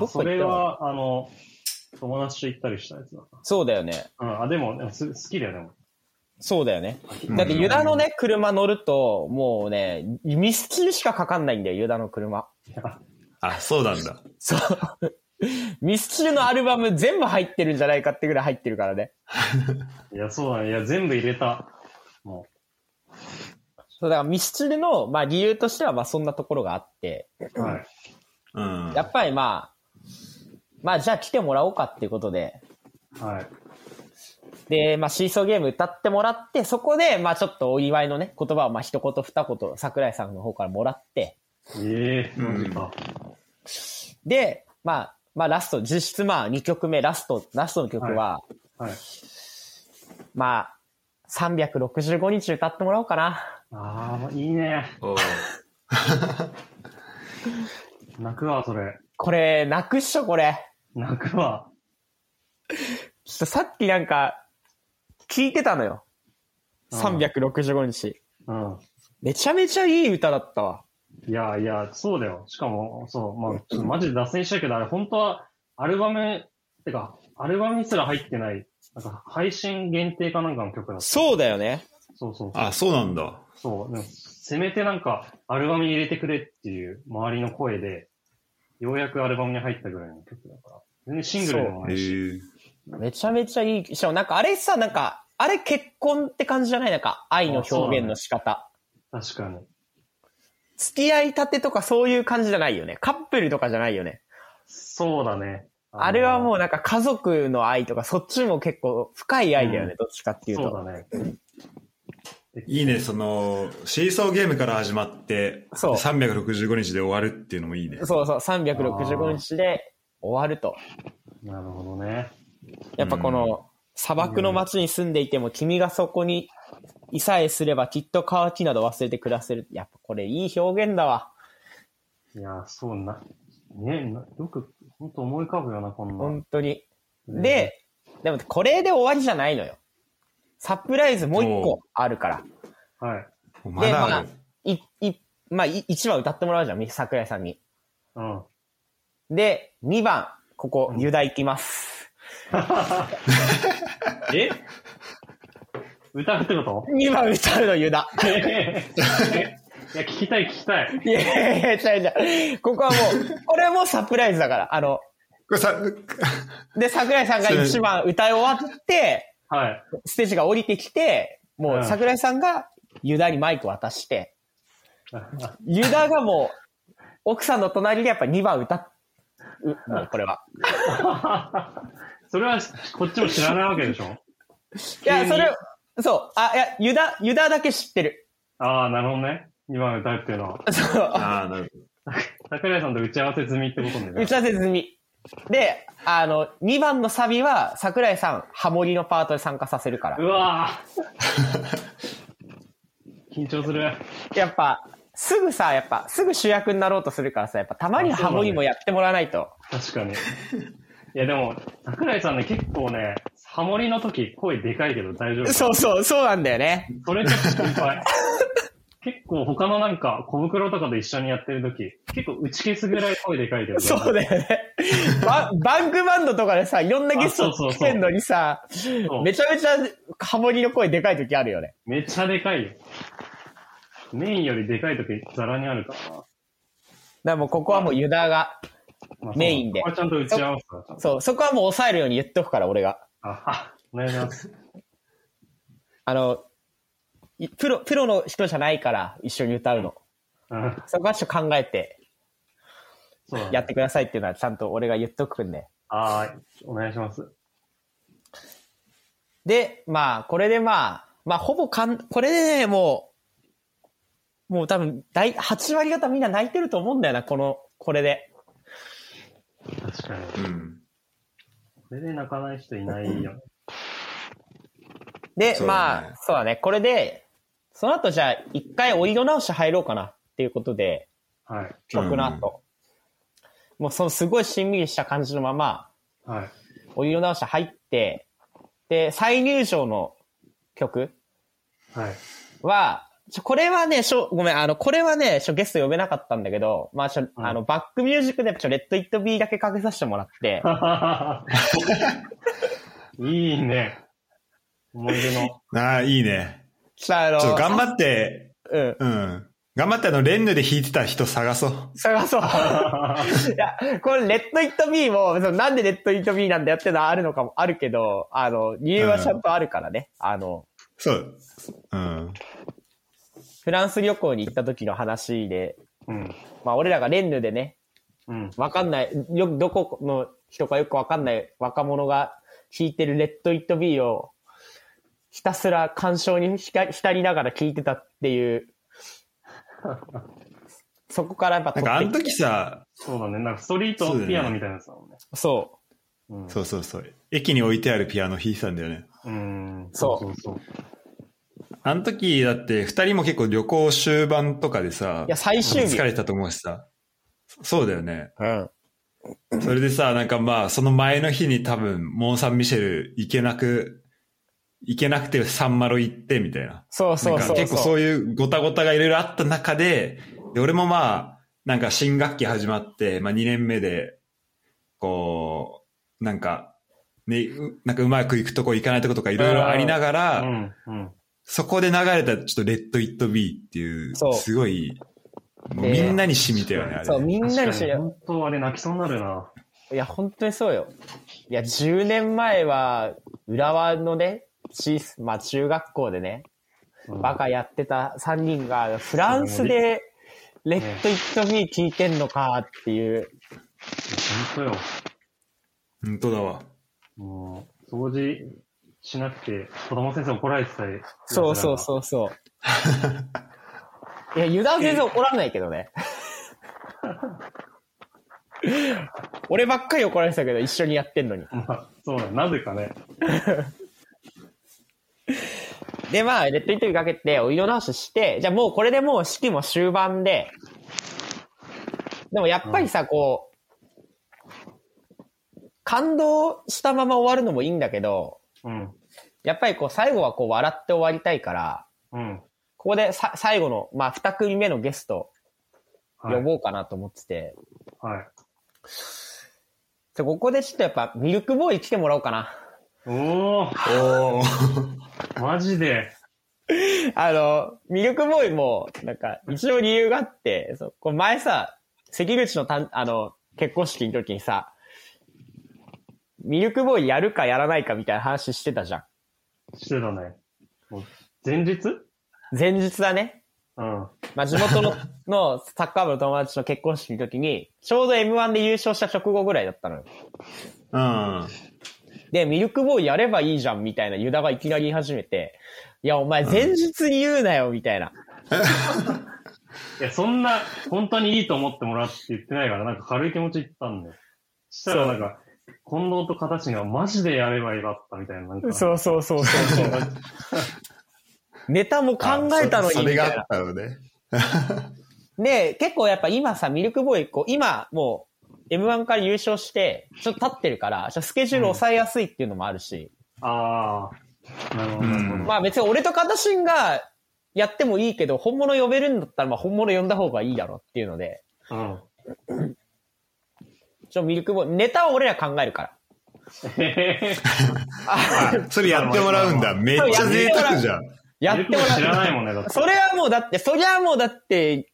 それは、友達と行ったりしたやつだ。 そうだよね。 でも好きだよね。 そうだよね。だってユダのね、車乗ると、もうね、ミスチルしかかかんないんだよ、ユダの車。 あ、そうなんだ。 そう。ミスチルのアルバム全部入ってるんじゃないかってぐらい入ってるからね。 いや、そうだね。いや、全部入れた。もう。そう、だからミスチルの、まあ理由としては、まあそんなところがあって。 はい。 うん。やっぱりまあじゃあ来てもらおうかっていうことで。 はい。 で、まあシーソーゲーム歌ってもらって、そこで、まあちょっとお祝いのね、言葉をまあ一言二言、桜井さんの方からもらって。 マジか。 で、まあラスト、実質まあ2曲目、ラストの曲は、 はい。 まあ、365日歌ってもらおうかな。いいね。泣くわ、それ。 これ、泣くっしょ、これ。 泣くわ。 ちょっとさっきなんか、聞いてたのよ。365日。 うん。 めちゃめちゃいい歌だったわ。 いや、そうだよ。しかも、そう、まあ、ちょっとマジで脱線したけど、あれ本当は、アルバムにすら入ってない、なんか配信限定かなんかの曲だった。 そうだよね。 そう。 あ、そうなんだ。 そう。せめてなんか、アルバムに入れてくれっていう周りの声で、ようやくアルバムに入ったぐらいの曲だから。全然シングルでもないし。 めちゃめちゃいい。しかもなんかあれさ、なんか、あれ結婚って感じじゃない？なんか、愛の表現の仕方。 確かに。 付き合いたてとかそういう感じじゃないよね。カップルとかじゃないよね。 そうだね。 あれはもうなんか家族の愛とかそっちも結構深い愛だよね、どっちかっていうと。 そうだね。 いいね、その、シーソーゲームから始まって、そう。365日で終わるっていうのもいいね。 そう、365日で終わると。 なるほどね。 やっぱこの、砂漠の街に住んでいても君がそこにいさえすればきっと渇きなど忘れて暮らせる。やっぱこれいい表現だわ。 いや、そうな。ね、よく、本当思い浮かぶよな、こんな。 本当に。でもこれで終わりじゃないのよ。サプライズもう一個あるから。 はい。 で、まあ、1番歌ってもらうじゃん、桜井さんに。 うん。 で、2番、ここ、ユダ行きます。 え歌うってこと ?2 番歌うの、ユダ。 いや、聞きたい。 いや、違う。ここはもう、これはもうサプライズだから。で、桜井さんが1番歌い終わって、 はい。 ステージが降りてきて、もう桜井さんがユダにマイク渡して、ユダがもう、奥さんの隣でやっぱ2番歌もうこれは。 それは、こっちも知らないわけでしょ？ いや、そう。ユダだけ知ってる。 ああ、なるほどね。2番歌うっていうのは。 そう。 ああ、なるほど。 桜井さんと打ち合わせ済みってことね。 打ち合わせ済み。で、2番のサビは、桜井さん、ハモリのパートで参加させるから。 うわ緊張する。 やっぱ、すぐ主役になろうとするからさ、やっぱたまにハモリもやってもらわないと。 確かに。いやでも、桜井さんね、結構ね、ハモリの時声でかいけど大丈夫？ そうなんだよね。 それちょっと心配。結構他のなんか小袋とかで一緒にやってる時結構打ち消すぐらい声でかいけど、 そうだよね。バンクバンドとかでさ、いろんなゲスト来てんのにさ、めちゃめちゃハモリの声でかい時あるよね。 めっちゃでかいよ。メインよりでかい時ザラにあるからな。だからもうここはもうユダがメインで。 ここはちゃんと打ち合わせた。 そう、そこはもう抑えるように言っとくから、俺が。 お願いします。 プロの人じゃないから一緒に歌うの。そこはちょっと考えてやってくださいっていうのはちゃんと俺が言っとくんで。 お願いします。 で、まあ、これでまあ、ほぼこれでね、もう多分、8割方みんな泣いてると思うんだよな、これで。 確かに。うん。これで泣かない人いないよね。 で、まあ、そうだね。これで、その後じゃあ、一回お色直し入ろうかなっていうことで、 はい。 曲の後。もうそのすごいしんみりした感じのまま、 はい。 お色直し入って、で、再入場の曲は、これはね、ごめん、これはね、ゲスト呼べなかったんだけど、まあ、バックミュージックでレッド・イット・ビーだけかけさせてもらって。 いいね。思い出の。 いいね。頑張って、頑張ってレンヌで弾いてた人探そう。 いや、これレッド・イット・ビーも、なんでレッド・イット・ビーなんだよってのはあるのかもあるけど、理由はちゃんとあるからね。 そう。うん。 フランス旅行に行った時の話で、まあ俺らがレンヌでね、わかんない、どこの人かよくわかんない若者が弾いてるレッド・イット・ビーをひたすら感傷に浸りながら聴いてたっていう、そこからやっぱなんかあの時さ、 そうだね、なんかストリートピアノみたいなやつだもんね。 そう。 そう。駅に置いてあるピアノ弾いてたんだよね。 そう。 あの時だって二人も結構旅行終盤とかでさ、 いや最終日疲れたと思うしさ、そうだよね。それでさ、なんかまあその前の日に多分モン・サン・ミシェル行けなくてサンマロ行ってみたいな。 そう。 結構そういうごたごたがいろいろあった中で、俺もまあなんか新学期始まって、まあ2年目でこうなんかね、なんかうまくいくとこいかないとことかいろいろありながら。そこで流れたちょっとレッド・イット・ビーっていう、すごい、みんなに染みたよね、あれ。 そう、みんなに染みた。 本当あれ泣きそうになるな。 いや、本当にそうよ。いや、10年前は、浦和のね、まあ中学校でね、バカやってた3人が、フランスで、レッド・イット・ビー聞いてんのかっていう。 本当よ。 本当だわ。 もう、掃除、しなくて、子供先生怒られてたり。 そう。いや、油断全然怒らないけどね。俺ばっかり怒られてたけど、一緒にやってんのに。 そうだ、なぜかね。 で、まあ、レッド・イット・ビーかけて、お色直しして、じゃあもうこれでもう式も終盤で、でもやっぱりさ、こう、感動したまま終わるのもいいんだけど、やっぱりこう最後はこう笑って終わりたいから、ここで最後の、まあ2組目のゲスト呼ぼうかなと思ってて、ここでちょっとやっぱミルクボーイ来てもらおうかな。 おーマジでミルクボーイもなんか一応理由があって、これ前さ、関口の結婚式の時にさ、ミルクボーイやるかやらないかみたいな話してたじゃん。 してたね。前日だね。まあ地元のサッカー部の友達の結婚式の時に、ちょうど M1 で優勝した直後ぐらいだったのよ。で、ミルクボーイやればいいじゃんみたいなユダがいきなり言い始めて、いやお前前日に言うなよみたいな。 いや、そんな本当にいいと思ってもらって言ってないから、なんか軽い気持ち言ったんだよ。したらなんか、近藤と形がマジでやればよかったみたいな。なんかそう。ネタも考えたのにみたいな。それがあったのね。 で、結構やっぱ今さ、ミルクボーイ、今もう M1 から優勝して、ちょっと経ってるから、スケジュール抑えやすいっていうのもあるし。 なるほど。 まあ別に俺と形がやってもいいけど、本物呼べるんだったら、まあ本物呼んだ方がいいだろうっていうので。ミルクボーイ、ネタは俺ら考えるから。 それやってもらうんだ。めっちゃ贅沢じゃん。 やってもらう。 知らないもんね、だって。 そりゃもうだって、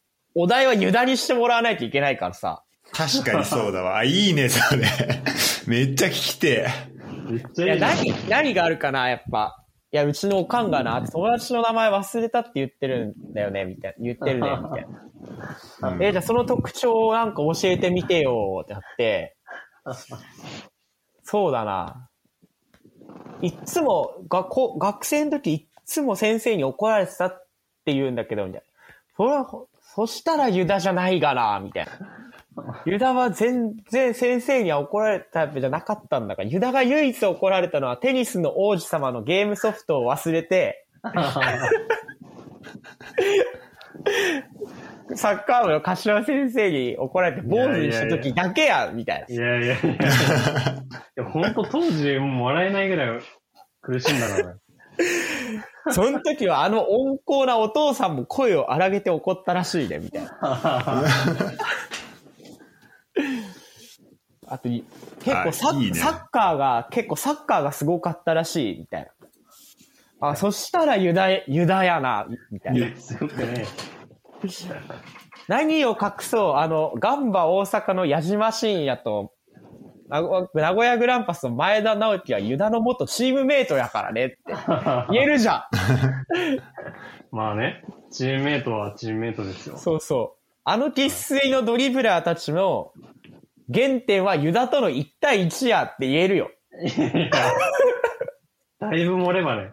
お題はユダにしてもらわないといけないからさ。 確かにそうだわ。いいね、それ。めっちゃ聞きてめっちゃいい。 何があるかな、やっぱ。 や、うちのおかんがな、友達の名前忘れたって言ってるんだよね、みたいな。言ってるね、みたいな。じゃあその特徴をなんか教えてみてよ、ってなって、そうだな。いつも、学生の時いつも先生に怒られてたって言うんだけど、みたいな。そしたらユダじゃないがな、みたいな。ユダは全然先生には怒られたタイプじゃなかったんだから、ユダが唯一怒られたのはテニスの王子様のゲームソフトを忘れて、サッカー部の柏先生に怒られて坊主にした時だけや、みたいな。 いや、ほんと当時もう笑えないぐらい苦しんだからね。 その時は温厚なお父さんも声を荒げて怒ったらしいね、みたいな。あと、結構サッカーがすごかったらしい、みたいな。そしたらユダやな、みたいな。 すごくね。 何を隠そう、ガンバ大阪の矢島真也と、名古屋グランパスの前田直樹はユダの元チームメイトやからねって言えるじゃん。 まあね、チームメイトはチームメイトですよ。 そうそう。生粋のドリブラーたちの原点はユダとの1対1やって言えるよ。 だいぶ盛ればね。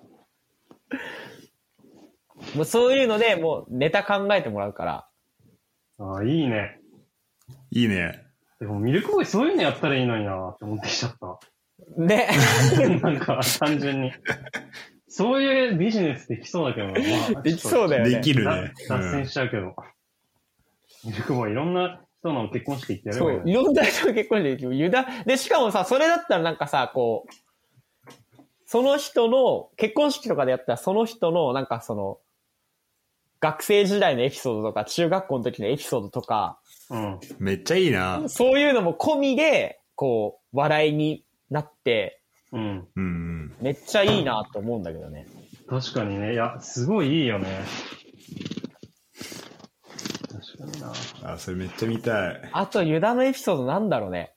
もうそういうので、もうネタ考えてもらうから。 いいね。 いいね。 でもミルクボーイそういうのやったらいいのになって思ってきちゃった。 ね。 なんか単純に。そういうビジネスできそうだけどな。 まあ、できそうだよね。 できるね。 脱線しちゃうけど。ミルクボーイいろんな人の結婚式行ってやればいい。 そう、いろんな人の結婚式行ってユダ。で、しかもさ、それだったらなんかさ、こう、その人の、結婚式とかでやったらその人の、なんかその、学生時代のエピソードとか、中学校の時のエピソードとか、 うん。 めっちゃいいな。 そういうのも込みで、こう、笑いになって、 うん。 うん。 めっちゃいいなと思うんだけどね。 確かにね。いや、すごいいいよね。確かにな。 それめっちゃ見たい。 あと、ユダのエピソードなんだろうね。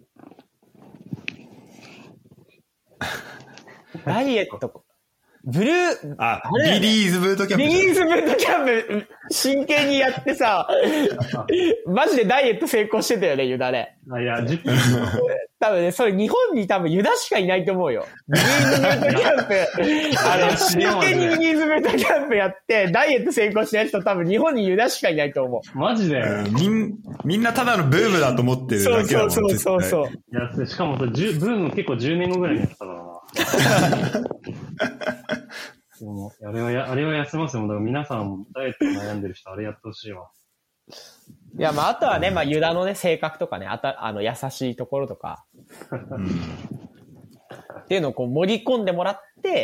ダイエット。ビリーズブートキャンプ。 ビリーズブートキャンプ、真剣にやってさ、マジでダイエット成功してたよね、ユダね。 いや、10分。 多分ね、それ日本に多分ユダしかいないと思うよ。ビリーズブートキャンプ、真剣にビリーズブートキャンプやって、ダイエット成功したやつと多分日本にユダしかいないと思う。マジで、 みんなただのブームだと思ってるだけだもん。 そう。 いや、しかもブーム結構10年後ぐらいにやったからな。あれは休ませても、だから皆さんダイエット悩んでる人あれやってほしいわ。 いや、まあ、あとはね、まあ、ユダのね、性格とかね、優しいところとか、っていうのをこう盛り込んでもらって、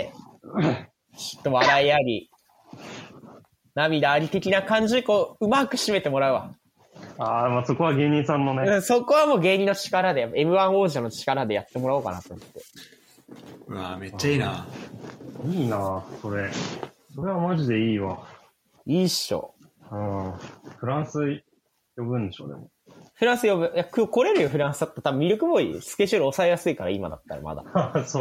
ちょっと笑いあり、涙あり的な感じで、こう、うまく締めてもらうわ。 まあそこは芸人さんのね。 そこはもう芸人の力で、M1 王者の力でやってもらおうかなと思って。 うわめっちゃいいな。 いいなそれ。それはマジでいいわ。 いいっしょ。 フランス呼ぶんでしょ、でも。 フランス呼ぶ。いや、来れるよ、フランスだったら。多分ミルクボーイ、スケジュール抑えやすいから、今だったらまだ。 そう。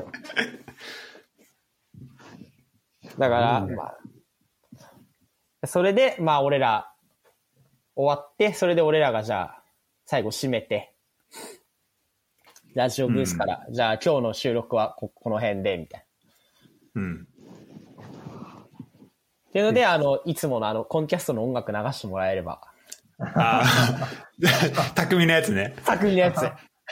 だから、まあ、それで、まあ、俺ら、終わって、それで俺らがじゃあ、最後締めて、ラジオブースから、じゃあ今日の収録はこの辺で、みたいな。うん。 っていうので、いつものコンキャストの音楽流してもらえれば。 匠のやつね。 匠のやつ。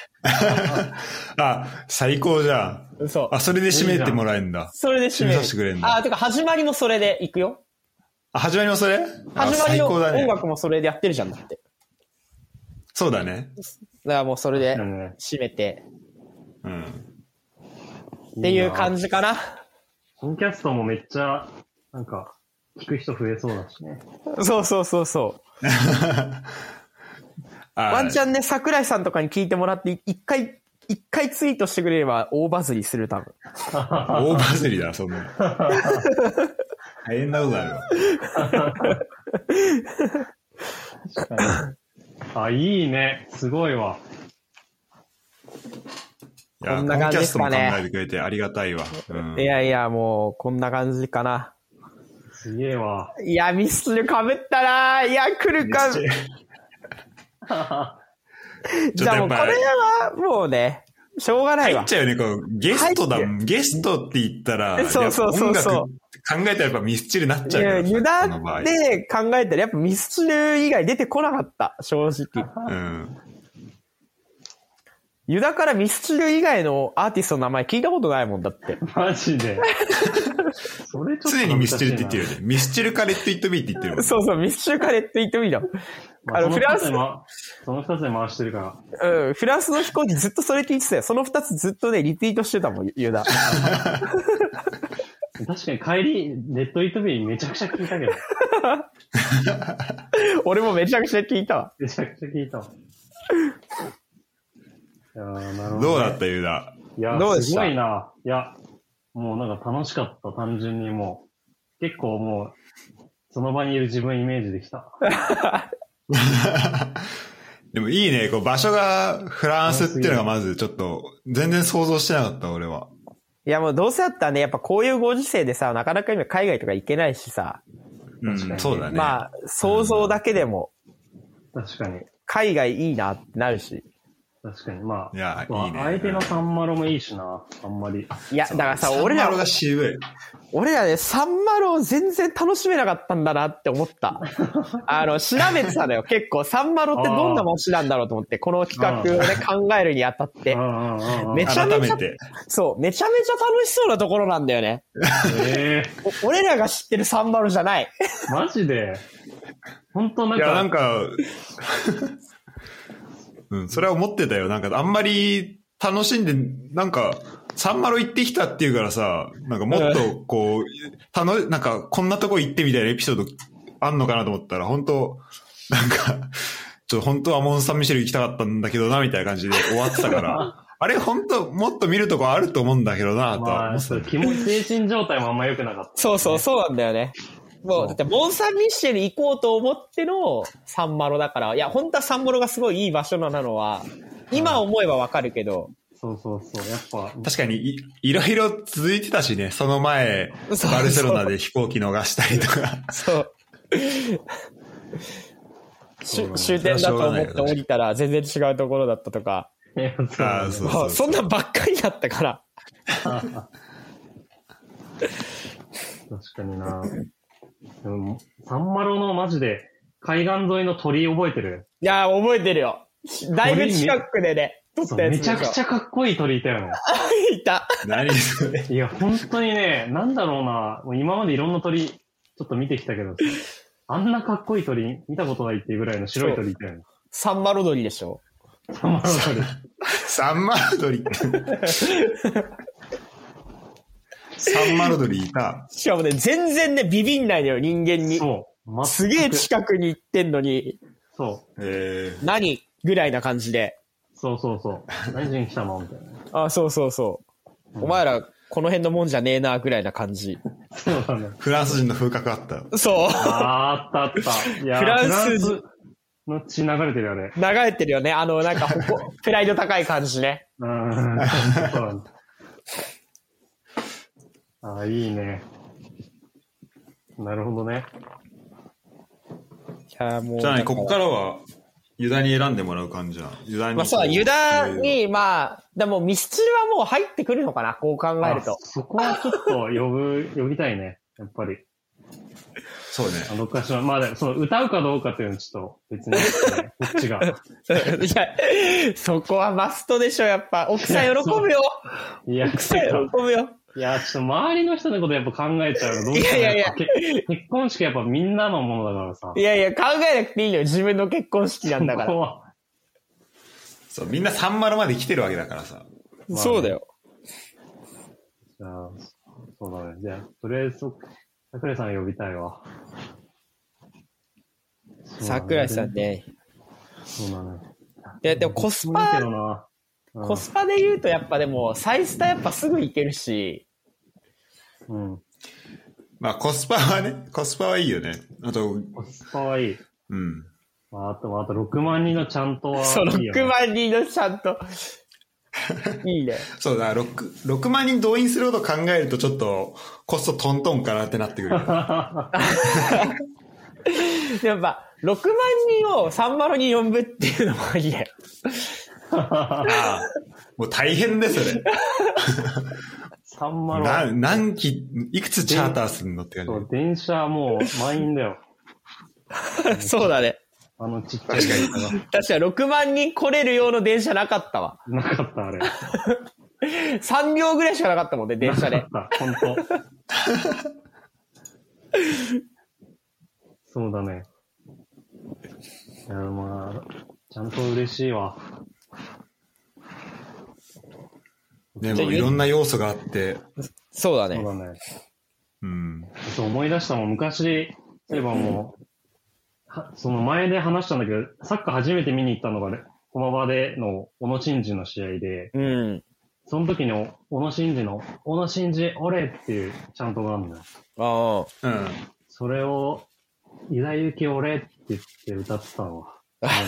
最高じゃん。 そう。 それで締めてもらえるんだ。 それで締めさせてくれるんだ。 てか始まりもそれで行くよ。 始まりもそれ？ 始まりの音楽もそれでやってるじゃん、だって。 そうだね。 だからもうそれで締めて。 うん。 っていう感じかな。 コンキャストもめっちゃ、なんか、聞く人増えそうだしね。 そう。ワンチャンね、桜井さんとかに聞いてもらって、一回ツイートしてくれれば大バズりする、多分。 大バズりだ、そんな。大変なことあるわ。 確かに。いいね。すごいわ。 こんな感じですかね。 コンキャストも考えてくれてありがたいわ。 いやいや、もう、こんな感じかな。 すげえわ。 いや、ミスチル被ったな。いや、来るか。じゃあもうこれはもうね、しょうがないわ。 入っちゃうよね、こう、ゲストだもん。ゲストって言ったら、 そうそうそうそう。 考えたらやっぱミスチルになっちゃうから。 ユダで考えたらやっぱミスチル以外出てこなかった、正直。ユダからミスチル以外のアーティストの名前聞いたことないもんだって。 マジで。 それちょっと常にミスチルって言ってるよね。ミスチルかレッドイットビーって言ってるもん。 そうそう、ミスチルかレッドイットビーだ。 フランス、その二つで回してるから。フランスの飛行機ずっとそれ聞いてたよ。その二つずっとね、リピートしてたもん、ユダ。 確かに帰り、レッドイットビーめちゃくちゃ聞いたけど。 俺もめちゃくちゃ聞いたわ。 めちゃくちゃ聞いたわ。いやなるほど、ね。 どうだったユダ？ いや、どうでした？すごいな。いや、もうなんか楽しかった、単純にもう。結構もう、その場にいる自分イメージできた。 でもいいね、こう場所がフランスっていうのがまずちょっと、全然想像してなかった、俺は。 いやもうどうせだったらね、やっぱこういうご時世でさ、なかなか今海外とか行けないしさ。 そうだね。 まあ、想像だけでも。 確かに。 海外いいなってなるし。 確かに。まあ、 いや、いいね。 相手のサンマロもいいしな、あんまり。 いや、だからさ、俺らが渋い。 俺らね、サンマロ全然楽しめなかったんだなって思った。調べてたのよ。結構、サンマロってどんな街なんだろうと思って、この企画をね、考えるにあたって。めちゃめちゃ、そう、めちゃめちゃ楽しそうなところなんだよね。俺らが知ってるサンマロじゃない。 マジで本当なんか。 いや、なんか、それは思ってたよ。なんか、あんまり楽しんで、なんか、サンマロ行ってきたっていうからさ、なんかもっとこう、なんか、こんなとこ行ってみたいなエピソードあんのかなと思ったら、本当なんか、本当はモン・サン・ミシェル行きたかったんだけどな、みたいな感じで終わってたから、あれ本当もっと見るとこあると思うんだけどな、とは思ってた。 気持ち、精神状態もあんま良くなかった、ね。 そうなんだよね。もう、だって、モン・サン・ミッシェル行こうと思ってのサンマロだから、いや、本当はサンマロがすごいいい場所なのは、今思えばわかるけど。 そう、やっぱ。 確かにいろいろ続いてたしね、その前、バルセロナで飛行機逃したりとか。 そう。終点だと思って降りたら全然違うところだったとか。そんなんばっかりだったから。 確かにな。でもサンマロのマジで海岸沿いの鳥居覚えてる？ いやー覚えてるよ。だいぶ近くでね、撮ったやつ。 めちゃくちゃかっこいい鳥いたよね。 いた。 何それ？ いや、本当にね、なんだろうな。もう今までいろんな鳥、ちょっと見てきたけど、あんなかっこいい鳥見たことないっていうぐらいの白い鳥いたよね。 サンマロ鳥でしょ？ サンマロ鳥。 サンマロ鳥って。サンマロ鳥いた。 しかもね、全然ね、ビビんないのよ、人間に。 そう。 すげえ近くに行ってんのに。 そう。 何ぐらいな感じで。 そう。何時に来たのみたいな。 あ、そう。お前ら、この辺のもんじゃねえな、ぐらいな感じ。 そうだね。 フランス人の風格あった。 そう。 あった。いや、フランスの血流れてるよね。 流れてるよね。なんか、プライド高い感じね。 そうああ、いいね。なるほどね。 じゃあ、ここからは、ユダに選んでもらう感じじゃん。ユダに。 まあそう、ユダに、まあ、でもミスチルはもう入ってくるのかな、こう考えると。 そこはちょっと呼びたいね、やっぱり。 そうね。 どっかしら、まあでも、その歌うかどうかっていうのはちょっと別に、ね、こっちが。 いや、そこはマストでしょ、やっぱ。奥さん喜ぶよ。 いや、 奥さん喜ぶよ。 いや、ちょっと周りの人のことやっぱ考えちゃうの。どうしても結婚式やっぱみんなのものだからさ。 いや、考えなくていいのよ。自分の結婚式なんだから。 そう、みんなサンマロまで来てるわけだからさ。 まあね、そうだよ。 じゃあ、そうだね。じゃあ、とりあえず、桜井さん呼びたいわ。 桜井さんね。 そうだね。 いや、でもコスパで言うとやっぱでも、サイスタやっぱすぐ行けるし。 うん。 まあコスパはいいよね。あと。 コスパはいい。 うん。 あと6万人のちゃんとはいいよ、 ね。そう、6万人のちゃんと。 いいね。 そうだ、6万人動員すること考えるとちょっとコストトントンかなってなってくる。やっぱ、6万人を3マロに呼ぶっていうのもいいね。 もう大変ですよね。 3マロ。 何機、いくつチャーターするのって感じ。 そう、電車もう満員だよ。 そうだね。 ちっちゃい電車が。 確か6万人来れる用の電車なかったわ。 なかった、あれ。 3両ぐらいしかなかったもんね、電車で。 なかった、ほんと。そうだね。いや、まあ、ちゃんと嬉しいわ。 でもいろんな要素があって。 そうだね。 そうだね。 うん。 そう思い出したもん、昔、例えばもう、その前で話したんだけど、サッカー初めて見に行ったのが、駒場での小野伸二の試合で、 うん。 その時に小野伸二の、小野伸二、俺っていうチャントがあるんだよ。 ああ。 うん。 それを、伊田ゆき俺って言って歌ってたのわ。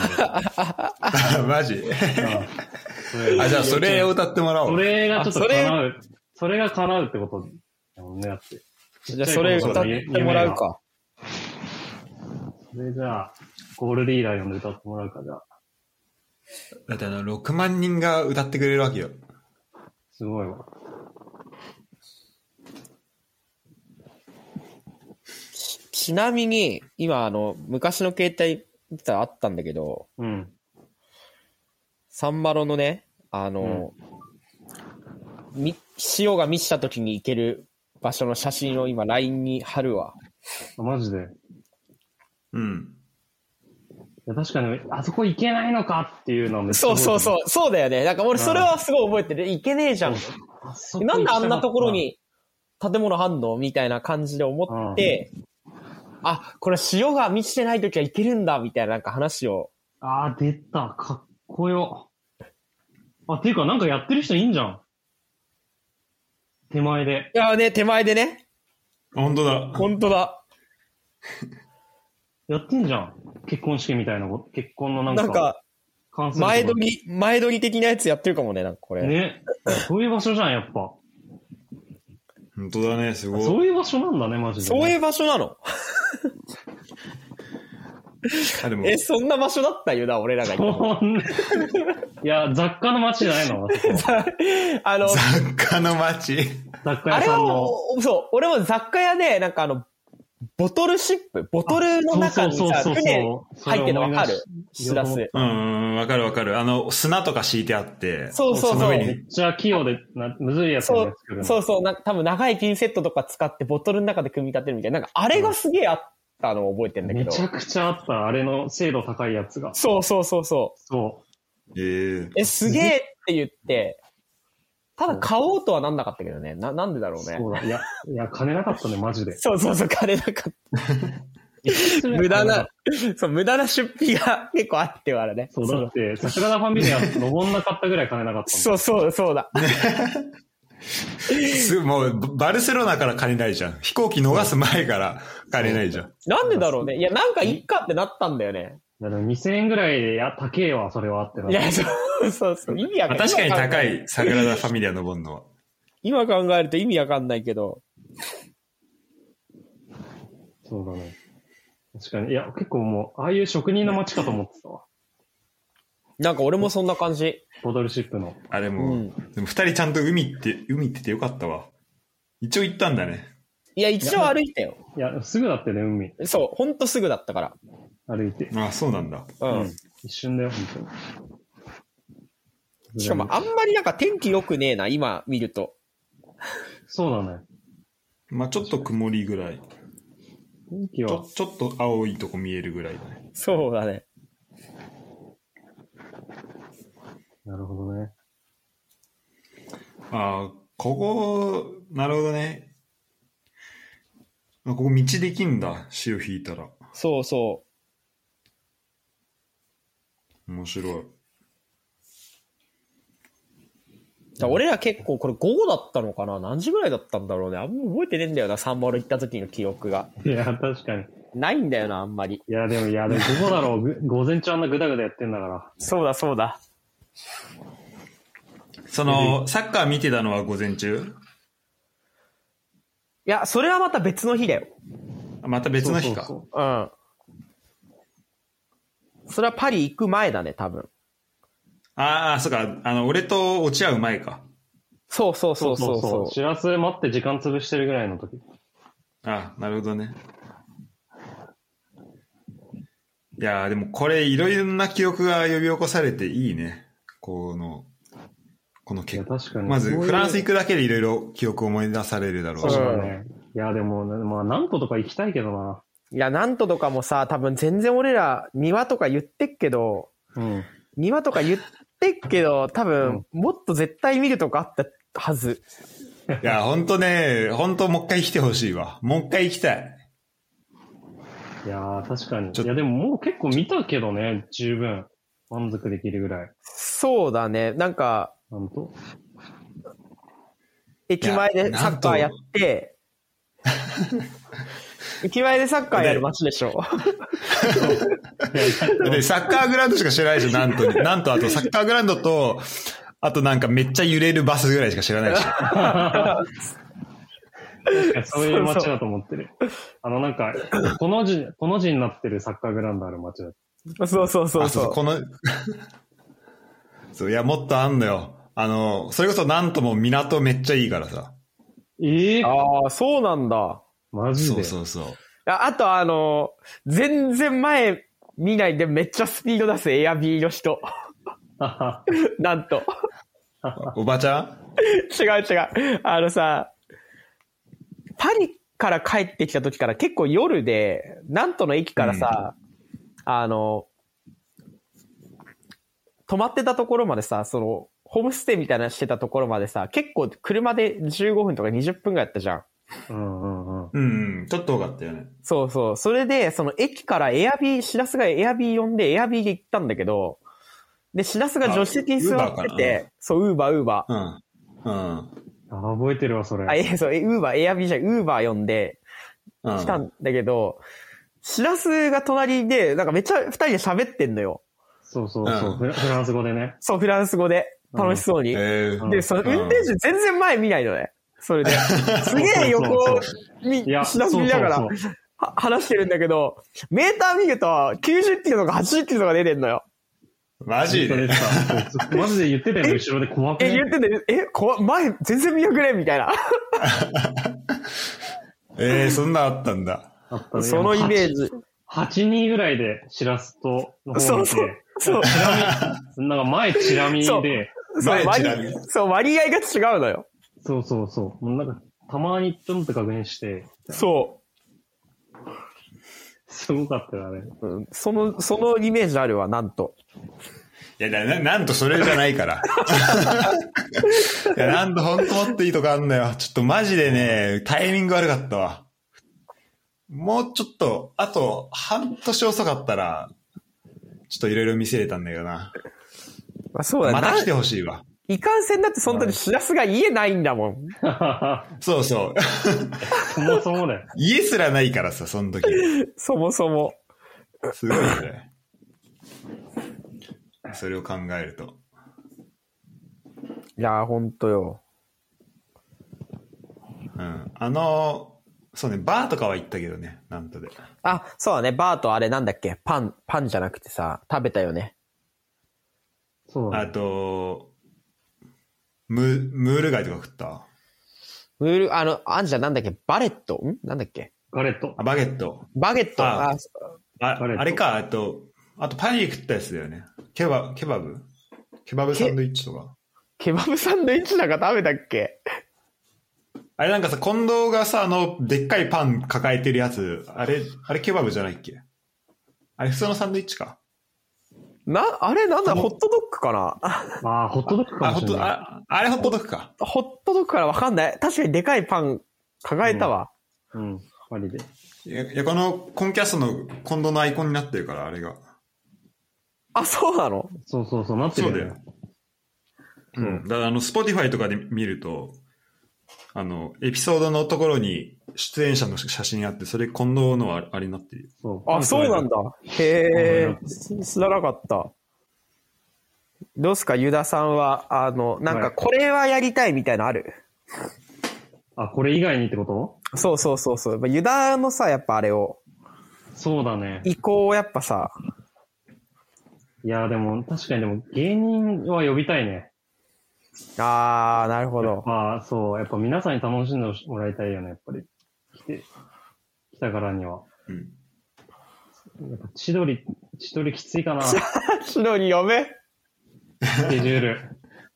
マジじゃあそれを歌ってもらおう。 それがちょっと叶う。それが叶うってことだもんね、だって。 じゃあそれ歌ってもらうか。 それじゃあ、ゴールリーダー呼んで歌ってもらうか、じゃあ。 だって6万人が歌ってくれるわけよ。 すごいわ。 ちなみに、今昔の携帯見たらあったんだけど、 うん。 サンマロのね、潮が満ちた時に行ける場所の写真を今 LINE に貼るわ。 マジで。 うん。いや確かに、あそこ行けないのかっていうのはそうだよね。なんか俺それはすごい覚えてる。行けねえじゃん。なんであんなところに建物あんのみたいな感じで思って、これ潮が満ちてない時は行けるんだみたいななんか話を。 出た。かっこよ。ていうかなんかやってる人いいんじゃん。手前で。 いやね、手前でね。 本当だ。 本当だ。 やってんじゃん。結婚式みたいな結婚のなんか前撮り的なやつやってるかもね、なんかこれ。 ね。そういう場所じゃん、やっぱ。 本当だね、すごい。 そういう場所なんだね、マジで、 ね。そういう場所なのでもそんな場所だったよな、俺らが行ったの。 いや、雑貨の街じゃないの雑貨の街雑貨屋さんの。 そう、俺も雑貨屋で、なんかボトルシップボトルの中にさ、船入ってるのわかる？しらす。 わかるわかる。砂とか敷いてあって。 そう。 めっちゃ器用で、むずいやつを作るの。 そう。なんか多分長いピンセットとか使ってボトルの中で組み立てるみたいな。なんかあれがすげえあったのを覚えてるんだけど。 めちゃくちゃあった。あれの精度高いやつが。 そう。 そう。 すげえって言って、ただ買おうとはなんなかったけどね。なんでだろうね。 そうだ。いや、金なかったね、マジで。 そう、金なかった。無駄な出費が結構あってからね。 そう、だって、桜田ファミリア登んなかったぐらい金なかったそうだ。 もう、バルセロナから借りないじゃん。飛行機逃す前から借りないじゃん。 なんでだろうね。いや、なんかいっかってなったんだよね。 いや、でも2000円ぐらいで、高えわ、それはってな。 いや、そう。意味わかんない。 確かに高い、桜田ファミリア登るのは。 今考えると意味わかんないけど。 そうだね。確かに。いや、結構もう、ああいう職人の街かと思ってたわ。 なんか俺もそんな感じ。 ボトルシップの。 でも二人ちゃんと海っててよかったわ。一応行ったんだね。 いや、一応歩いたよ。 いや、すぐだってね、海。 そう、ほんとすぐだったから。 歩いて。 そうなんだ。 うん。 一瞬だよ、本当に。しかもあんまりなんか天気良くねえな、今見ると。 そうだね。 ちょっと曇りぐらい。 天気はちょっと青いとこ見えるぐらいだね。 そうだね。 なるほどね。 ここ、なるほどね。ここ道できんだ、潮引いたら。 そう。 面白い。 俺ら結構これ午後だったのかな？何時ぐらいだったんだろうね。あんま覚えてねえんだよな、サンマル行った時の記憶が。 いや、確かに。 ないんだよな、あんまり。 でも午後だろう。午前中あんなグダグダやってんだから。 そうだ。 その、サッカー見てたのは午前中？ いや、それはまた別の日だよ。 また別の日か。 うん。それはパリ行く前だね、多分。 ああ、そうか。俺と落ち合う前か。 そう。 しらす待って時間潰してるぐらいの時。 あ、なるほどね。いやーでもこれいろいろな記憶が呼び起こされていいね。この結果。まずフランス行くだけでいろいろ記憶を思い出されるだろうし。 そうだね。いやでも、まあナントとか行きたいけどな。 いや、ナントとかもさ、多分全然俺ら庭とか言ってっけど、庭とか言ってっけど、多分もっと絶対見るとこあったはず。 いや、ほんとね、ほんともう一回来てほしいわ。もう一回行きたい。 いやー、確かに。いや、でももう結構見たけどね、十分。満足できるぐらい。 そうだね。なんか、 なんと駅前でサッカーやって、駅前でサッカーやる街でしょ。 でサッカーグラウンドしか知らないでしょ、なんと。なんと、あとサッカーグラウンドと、あとなんかめっちゃ揺れるバスぐらいしか知らないでしょ。 そういう街だと思ってる。なんか、この字になってるサッカーグラウンドある街だ。 そう。 そう、いや、もっとあんのよ。それこそなんとも港めっちゃいいからさ。 ああ、そうなんだ。 マジで。 そう。 あと全然前見ないでめっちゃスピード出すエアビーの人。なんと。 おばちゃん？ 違う。さ、パリから帰ってきた時から結構夜で、ナントの駅からさ、泊まってたところまでさ、ホームステイみたいなしてたところまでさ、結構車で15分とか20分ぐらいやったじゃん。 ちょっと多かったよね。 そう。それで、駅からしらすがエアビー呼んでエアビーで行ったんだけど、で、しらすが助手席に座ってて、そう、ウーバー。 覚えてるわ、それ。 ウーバー、エアビーじゃん、ウーバー呼んで、来たんだけど、しらすが隣で、なんかめっちゃ二人で喋ってんのよ。 そう。フランス語でね。 そう、フランス語で。楽しそうに。で、運転手全然前見ないのね。それで。すげえ横をしらす見ながら話してるんだけど、メーター見ると90キロとか80キロとか出てんのよ。 マジでマジで言ってたよ、後ろで怖くね。 言ってて、前全然見なくねみたいな。 そんなあったんだ。 そのイメージ。 8人ぐらいでしらすとの方にいて。 そう。 なんか前チラ見で。 割合が違うのよ。 そう。もうなんか、たまにちょっと確認して。 そう。 すごかったよね。 そのイメージあるわ、なんと。 いや、なんとそれじゃないから。いや、なんとほんともっといいとこあんのよ。ちょっとマジでね、タイミング悪かったわ。もうちょっと、あと半年遅かったら、ちょっといろいろ見せれたんだけどな。 まあ、そうだね。 また来てほしいわ。 いかんせんだってその時しらすが家ないんだもん。 そう。 そもそもだよ。 家すらないからさ、その時。 そもそも。 すごいよね。それを考えると。 いやー、ほんとよ。 そうね、バーとかは行ったけどね、なんとで。 あ、そうだね、バーとあれなんだっけ、パンじゃなくてさ、食べたよね。 そうだね。 あと、ムール貝とか食った？ あんじゃなんだっけ、バレットなんだっけ？ ガレット。 バゲット。 バゲット。 あれか、あとパンに食ったやつだよね。ケバブサンドイッチとか。 ケバブサンドイッチなんか食べたっけ？ あれなんかさ、近藤がさ、でっかいパン抱えてるやつ、あれケバブじゃないっけ？あれ普通のサンドイッチか。 あれなんだ、ホットドッグかな？ ホットドッグかもしれない。 あれホットドッグか。 ホットドッグからわかんない。確かにでかいパン抱えたわ。 パリで。 いや、このコンキャストの近藤のアイコンになってるから、あれが。 あ、そうなの？ そう、なってるよね。 そうだよ。だからSpotify とかで見ると、エピソードのところに出演者の写真あって、それ近藤のあれになってるよ。 そうなんだ。へえ、知らなかった。 どうすか、ユダさんは、なんかこれはやりたいみたいなのある？ あ、これ以外にってこと？ そうそうそうそう。ユダのさ、やっぱあれを。 そうだね。 意向をやっぱさ。 いや、でも、確かにでも芸人は呼びたいね。 あー、なるほど。 まあ、そう。やっぱ皆さんに楽しんでもらいたいよね、やっぱり。来たからには。うん。やっぱ千鳥きついかな。 千鳥呼べ。 スケジュール。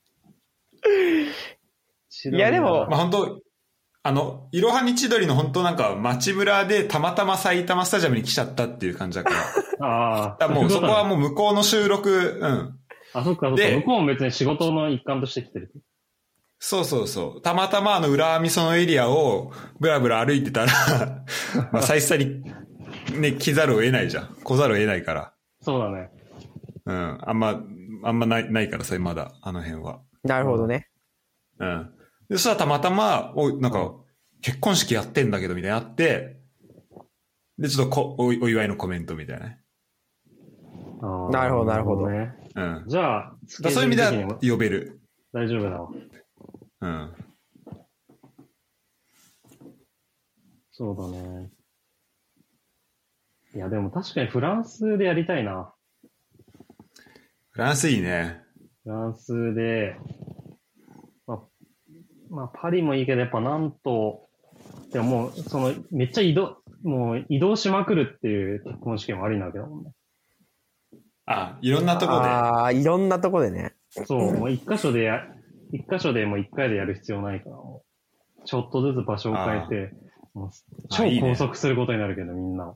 いやでも、 まあ本当いろはに千鳥の本当なんか街ブラでたまたま埼玉スタジアムに来ちゃったっていう感じだから。 ああ。もうそこはもう向こうの収録、うん。 あ、そっかそっか。向こうも別に仕事の一環として来てる。 そうそうそう。たまたま浦和美園エリアをブラブラ歩いてたら、まあ、最初にね、来ざるを得ないじゃん。来ざるを得ないから。 そうだね。 うん。あんまないからさ、まだ、あの辺は。 なるほどね。 うん。で、そしたらたまたま、なんか、結婚式やってんだけど、みたいなあって、で、ちょっとお祝いのコメントみたいなね。 なるほど、なるほど。 ね。うん。 じゃあ、 そういう意味では呼べる。 大丈夫だわ。 うん。 そうだね。いや、でも確かにフランスでやりたいな。 フランスいいね。 フランスで、まあ、パリもいいけど、やっぱなんと、でももう、めっちゃもう移動しまくるっていう結婚式もありなわけだもんね。 あ、いろんなとこで。 ああ、いろんなとこでね。 そう、もう一箇所でもう一回でやる必要ないから、ちょっとずつ場所を変えて、もう超拘束することになるけど、みんな。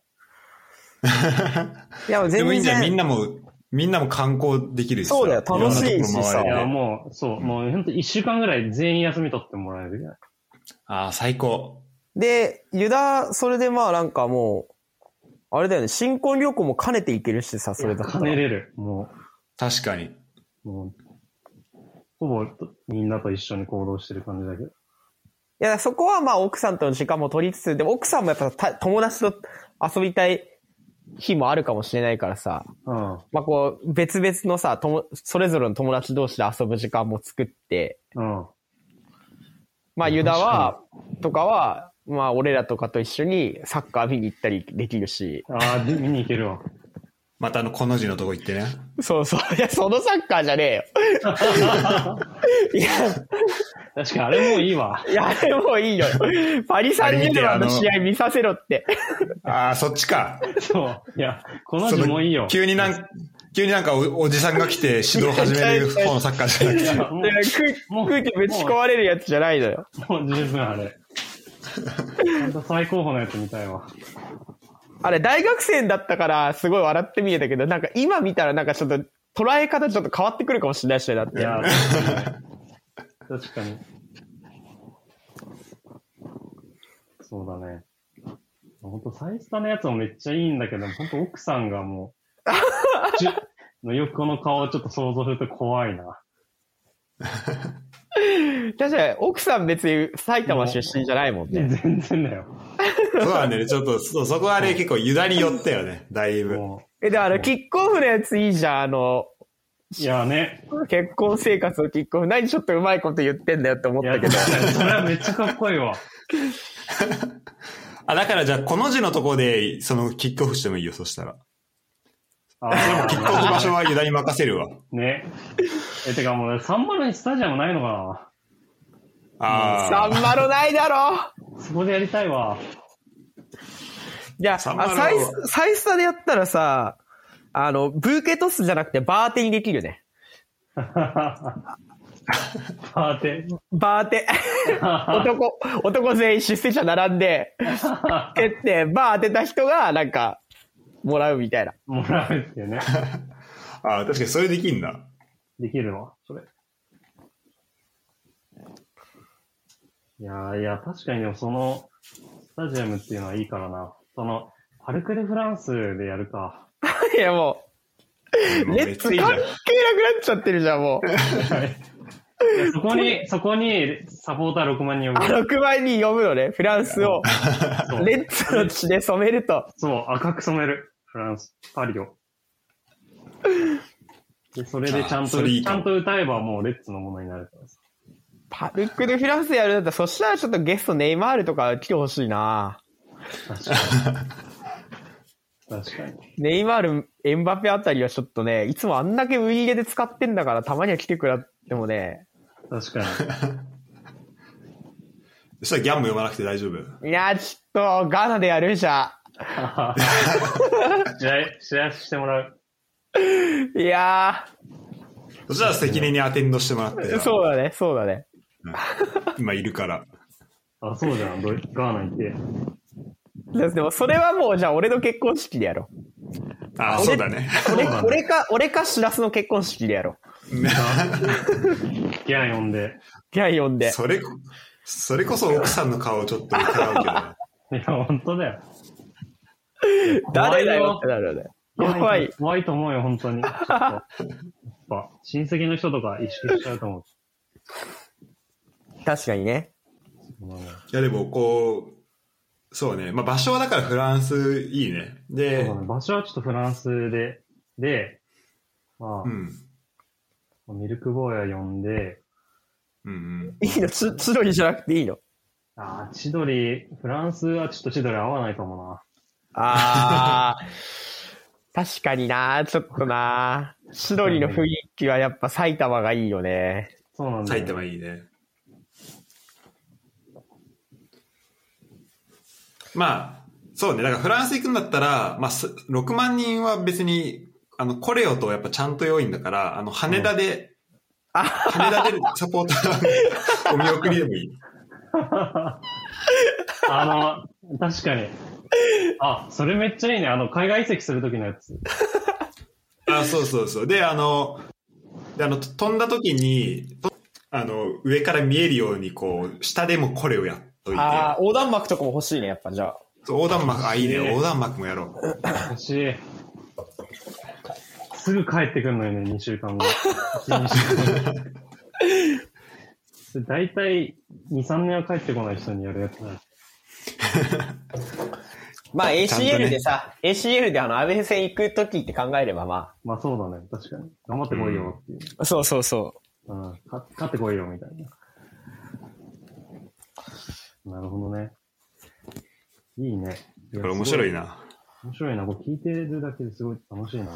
いや、全然。 でもいいんじゃん、みんなも観光できるしさ。 そうだよ、楽しいしさ。 いや、もうほんと一週間ぐらい全員休み取ってもらえるじゃない。 ああ、最高。 で、それでまあなんかもう、あれだよね、新婚旅行も兼ねていけるしさ、それだったら。 兼ねれる、もう。 確かに。 もう、ほぼみんなと一緒に行動してる感じだけど。いや、そこはまあ奥さんとの時間も取りつつ、でも奥さんもやっぱ友達と遊びたい日もあるかもしれないからさ、 うん、 まあこう、別々のさ、それぞれの友達同士で遊ぶ時間も作って、 うん、 まあユダとかは、まあ俺らとかと一緒にサッカー見に行ったりできるし。 ああ、見に行けるわ。 またこの字のとこ行ってね。 そうそう。いや、そのサッカーじゃねえよ。いや、 確かにあれもういいわ。 いや、あれもういいよ。パリ・サンジェルマンの試合見させろって。 ああ、そっちか。 そう。いや、この字もいいよ。 急になんかおじさんが来て指導始める方のサッカーじゃなくて。空気ぶち壊れるやつじゃないのよ。 もう十分あれ。ほんと最高峰のやつ見たいわ。 あれ、大学生だったからすごい笑って見えたけど、なんか今見たらなんかちょっと捉え方ちょっと変わってくるかもしれないしね、だって。 いや、確かに。そうだね。ほんと、サイスタのやつもめっちゃいいんだけど、ほんと奥さんがもう、横の顔をちょっと想像すると怖いな。 確かに、奥さん別に埼玉出身じゃないもんね。 全然だよ。 そうなんだよね。ちょっと、そこはね、結構ユダに寄ったよね。だいぶ。 で、キックオフのやついいじゃん、 いやね。 結婚生活のキックオフ。何ちょっとうまいこと言ってんだよって思ったけど。 それはめっちゃかっこいいわ。 あ、だからじゃあ、この字のとこで、キックオフしてもいいよ、そしたら。でも、キックオフ場所はユダに任せるわ。 ね。てかもう、サンマロにスタジアムないのかな。ああ。サンマロないだろ。 そこでやりたいわ。 じゃあ、サイスタでやったらさ、ブーケトスじゃなくてバーテにできるね。 バーテ。 男全員出世者並んで、蹴って、バー当てた人が、なんか、もらうみたいな。 もらうっていうね。 ああ、確かにそれできんだ。 できるわ、それ。いや、確かにでもスタジアムっていうのはいいからな。パルク・デ・フランスでやるか。 いや、もう、レッツ関係なくなっちゃってるじゃん、もう。 そこにサポーター6万人呼ぶ。 6万人呼ぶのね、フランスを。レッツの血で染めると。 そう、赤く染める。フランス、パリを。 で、それでちゃんと歌えばもうレッツのものになるからさ。 パルク・デ・フランスやるんだったら、そしたらちょっとゲストネイマールとか来てほしいな。 確かに。 ネイマール、エンバペあたりはちょっとね、いつもあんだけウイイゲで使ってんだから、たまには来てくれってもね。 確かに。 そしたらギャンも読まなくて大丈夫？ いや、ちょっと、ガーナでやるじゃん。 試合してもらう。 いやそしたら責任にアテンドしてもらって。 そうだね、そうだね。 今いるから。 あ、そうじゃん、ガーナ行って。 でもそれはもうじゃあ俺の結婚式でやろう。あ、そうだね。 俺かシラスの結婚式でやろう。 ギャン呼んで。 ギャン呼んで。 それこそ奥さんの顔をちょっと疑うけど。 いや、本当だよ。 誰だよってなるよね。 怖いと思うよ、本当に。やっぱ親戚の人とか意識しちゃうと思う。 確かにね。 いや、でもこう、そうね。まあ場所はだからフランスいいね。で、 そうだね、場所はちょっとフランスで、まあ、ミルクボーイ呼んで、 いいの、千鳥じゃなくていいの？ ああ、千鳥、フランスはちょっと千鳥合わないかもな。 ああ、確かにな、ちょっとな。千鳥の雰囲気はやっぱ埼玉がいいよね。 そうなんだよ。 埼玉いいね。まあ、そうね。だからフランス行くんだったら、まあ、6万人は別に、コレオとやっぱちゃんと良いんだから、羽田でサポーターお見送りでもいい。 確かに。あ、それめっちゃいいね。海外移籍するときのやつ。 あ、そう。で、飛んだ時に、上から見えるように、こう、下でもこれをやっといて。ああ、横断幕とかも欲しいね、やっぱ、じゃあ。 横断幕、いいね。横断幕もやろう。 欲しい。すぐ帰ってくるのよね、2週間後。だいたい2、3年は帰ってこない人にやるやつだ。 まあ ACL でさ、ね、ACL でアウェー戦行くときって考えればまあ。 まあそうだね、確かに。頑張ってこいよっていう。 そうそうそう。 勝ってこいよみたいな。なるほどね。いいね。 これ面白いな。 面白いな。これ聞いてるだけですごい楽しいな。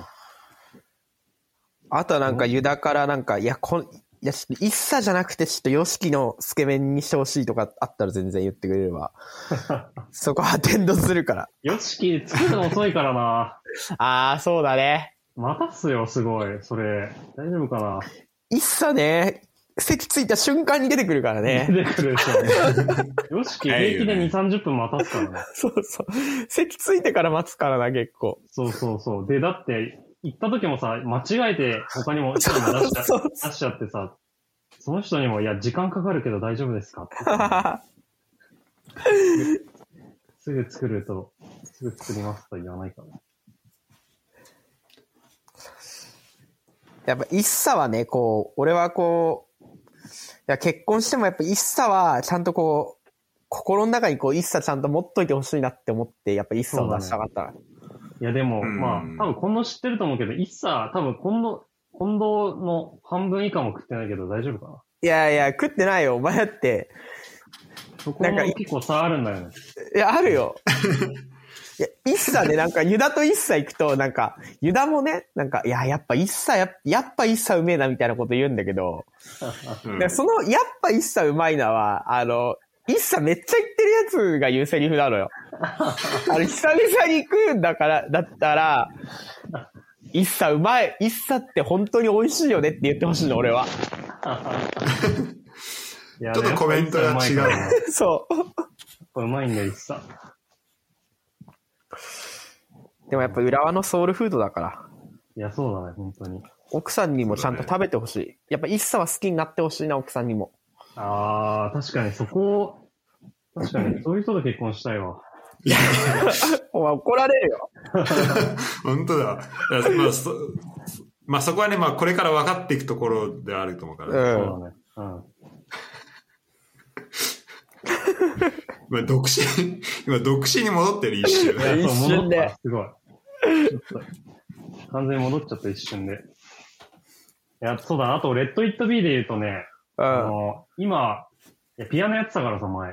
あとはなんかユダからなんか、いや、ちょっと一茶じゃなくてちょっとヨシキのつけ麺にしてほしいとかあったら全然言ってくれれば。そこアテンドするから。 ヨシキ作るの遅いからな。 ああ、そうだね。 待たすよ、すごい。それ。大丈夫かな。 一茶ね、席ついた瞬間に出てくるからね。 出てくるでしょ。ヨシキ平気で2、30分待たすからね。 そうそう。席ついてから待つからな、結構。 そう。で、だって、行った時もさ、間違えて他にも一人も出しちゃってさ、その人にも、いや、時間かかるけど大丈夫ですかってすぐ作りますと言わないから。 やっぱ一茶はね、こう、俺はこう、いや結婚してもやっぱ一茶はちゃんとこう、心の中にこう一茶ちゃんと持っといてほしいなって思って、やっぱ一茶を出したかったら。 いやでも、まあ、多分近藤知ってると思うけど、一茶、多分近藤の半分以下も食ってないけど大丈夫かな。 いや、食ってないよ。お前だって。 そこも結構差あるんだよね。 いや、あるよ。いや、一茶でなんか、ユダと一茶行くと、なんか、ユダもね、なんか、いや、やっぱ一茶うめえなみたいなこと言うんだけど、その、やっぱ一茶うまいのは、一茶めっちゃ言ってるやつが言うセリフなのよ。久々に食うんだったら、一茶うまい。一茶って本当に美味しいよねって言ってほしいの、俺は。 ちょっとコメントが違う。 そう。 うまいんだよ、一茶。 でもやっぱ浦和のソウルフードだから。 いや、そうだね、本当に。 奥さんにもちゃんと食べてほしい。やっぱ一茶は好きになってほしいな、奥さんにも。 ああ、確かにそういう人と結婚したいわ。 お前怒られるよ。 本当だ。まあそこはね、まあこれから分かっていくところであると思うから、ね。 そうだね。 今独身に戻ってる一瞬。 一瞬で。 すごい。完全に戻っちゃった一瞬で。 や、そうだな。あと、レッド・イット・ビーで言うとね、今、ピアノやってたからさ、前。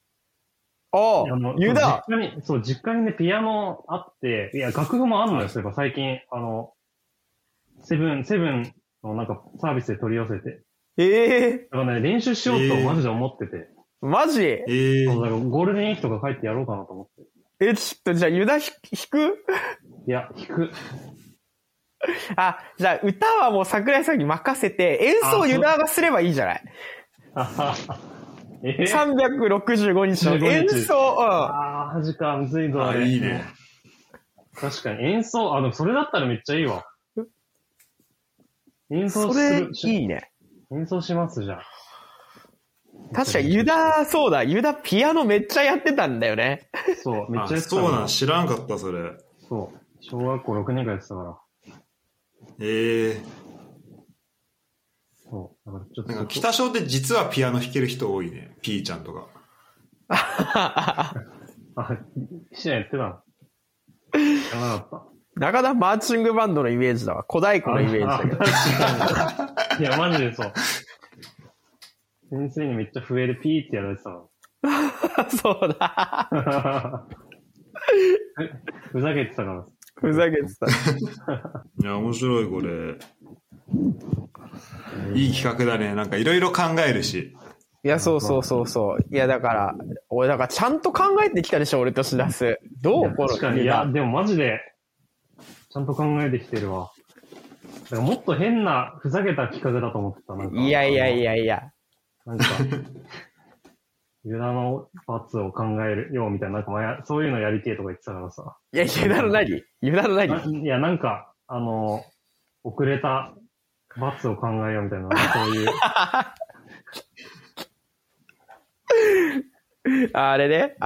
ユダ実家にね、ピアノあって、いや、楽譜もあんのよ、そういえば最近、セブンのなんかサービスで取り寄せて。だからね、練習しようとマジで思ってて。 マジそうだからゴールデンウィークとか帰ってやろうかなと思って。 ちょっと、じゃあ、ユダ弾く？ いや、弾く。 じゃあ、歌はもう桜井さんに任せて、演奏ユダがすればいいじゃない。365日の演奏。 マジか、むずいぞ。 いいね。 確かに、演奏、でもそれだったらめっちゃいいわ。演奏する。 それ、いいね。 演奏します、じゃあ。 確かに、ユダピアノめっちゃやってたんだよね。 そう、めっちゃやってた。 そうなん、知らんかった、それ。 そう。小学校6年間やってたから。そう。だからちょっと。 なんか北小って実はピアノ弾ける人多いね。ピーちゃんとか。 記者やってたの。知らなかった。 中田マーチングバンドのイメージだわ。小太鼓のイメージだけど。 確かに。いや、マジでそう。先生にめっちゃ笛でピーってやられてたの。 そうだ。 ふざけてたから。 ふざけてた。 いや、面白い、これ。いい企画だね。なんかいろいろ考えるし。 いや、そう。いや、だから、俺、だからちゃんと考えてきたでしょ、俺としらす。どうこれ。確かに、いや、でもマジで、ちゃんと考えてきてるわ。だからもっと変な、ふざけた企画だと思ってた。なんかいや。 なんか、ユダの罰を考えるようみたいな、なんかそういうのやりてえとか言ってたからさ。 いや、ユダの何いや、なんか、遅れた罰を考えようみたいな、そういう。 あれね、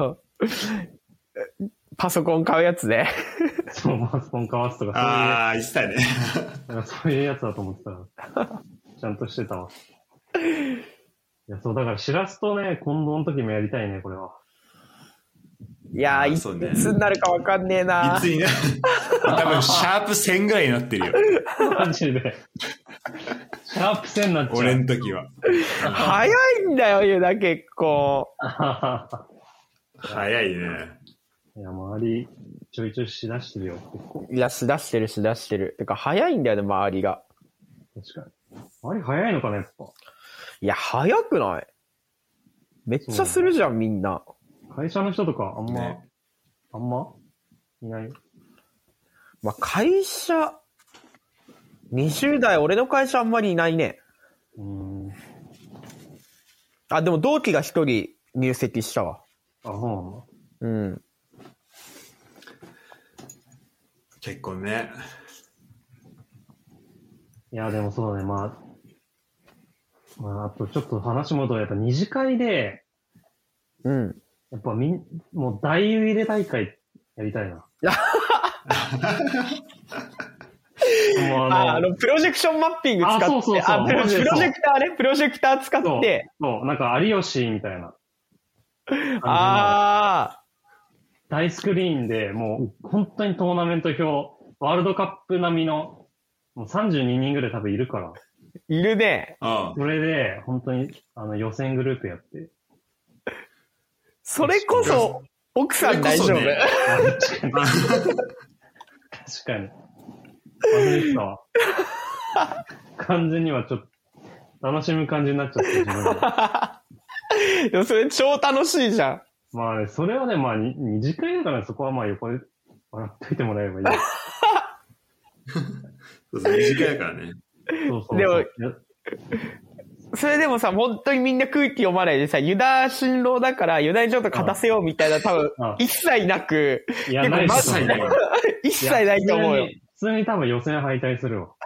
パソコン買うやつね。 そう、パソコン買わすとか、 言ってたね。 なんかそういうやつだと思ってたから、ちゃんとしてたわ。いや、そう、だからしらすとね、近藤の時もやりたいね、これは。 いやー、いつになるかわかんねえな。 いつになる多分、シャープ1000ぐらいになってるよ。 マジで。シャープ1000になっちゃう。 俺の時は。 早いんだよ、ユダ結構。 早いね。 いや、周り、ちょいちょいしだしてるよ、結構。 いや、しだしてる。てか、早いんだよね、周りが。 確かに。周り早いのかな、やっぱ。 いや、早くない？めっちゃするじゃん、みんな。 会社の人とか、あんまいない。 まあ、会社、20代、俺の会社あんまりいないね。でも同期が一人入籍したわ。 そうなんだ。 結構ね。いや、でもそうだね、まあ、あとちょっと話戻ると、やっぱ二次会で、やっぱもう大入れ大会やりたいな。 プロジェクションマッピング使って。 そう。 プロジェクター使って。 そう、なんか有吉みたいな。大スクリーンで、もう本当にトーナメント表、ワールドカップ並みの、もう32人ぐらい多分いるから。 いるね。 それで、本当に、予選グループやって。 それこそ、奥さん大丈夫？ね、 確かに。忘れてたわ。完全にはちょっと、楽しむ感じになっちゃって、自分で。 でもそれ超楽しいじゃん。 まあね、それはね、まあ二次会だからそこはまあ横で笑っといてもらえばいい。 そうそう、二次会だからね。 そう。 でも、それでもさ、本当にみんな空気読まないでさ、ユダ新郎だからユダにちょっと勝たせようみたいな多分、一切なく、 いや、ない一切ないと思うよ。 普通に多分予選敗退するわ。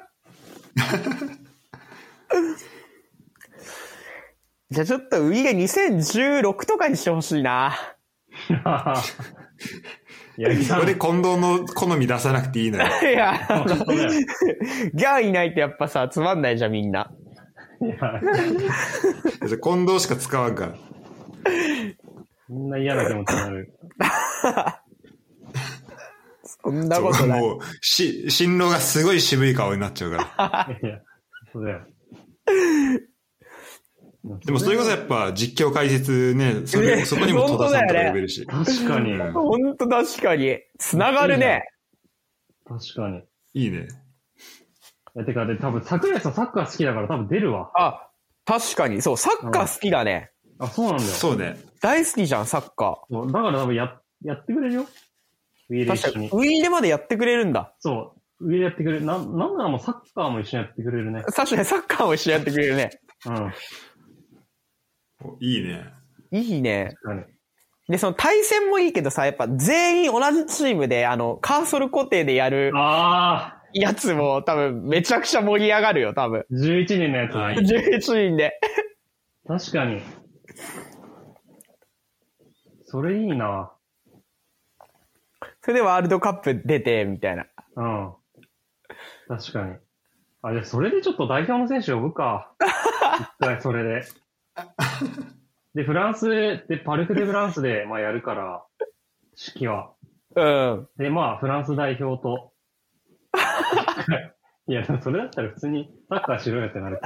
じゃあちょっとウィゲ2016とかにしてほしいな。 いや、それで近藤の好み出さなくていいのよ。 いや、ギャンいないとやっぱさ、つまんないじゃん、みんな。 いや、 近藤しか使わんから。 みんな嫌な気持ちになる。 そんなことない。もう、 新郎がすごい渋い顔になっちゃうから。いや、そうだよ。でもそれこそやっぱ実況解説ね、そこにも戸田さんとか呼べるし。 確かに。 ほんと確かに。つながるね。 確かに。 いいね。 いや、てか、多分桜井さんサッカー好きだから多分出るわ。 あ、確かに。そう、サッカー好きだね。 あ、そうなんだよ。 そうね。 大好きじゃん、サッカー。だから多分やってくれるよ。 ウィーレ一緒に。ウィーレまでやってくれるんだ。 そう。ウィーレやってくれる。なんならもうサッカーも一緒にやってくれるね。 確かにサッカーも一緒にやってくれるね。 うん。 いいね。 いいね。で、その対戦もいいけどさ、やっぱ全員同じチームで、カーソル固定でやるやつも多分めちゃくちゃ盛り上がるよ、多分。 11人のやつだ。11人で。 確かに。それいいな。 それでワールドカップ出て、みたいな。 うん。確かに。あ、じゃあそれでちょっと代表の選手呼ぶか。一回それで。で、フランスで、パルク・デ・フランスで、まあやるから、式は。 うん。 で、まあ、フランス代表と。いや、それだったら普通にサッカーしろよってなる。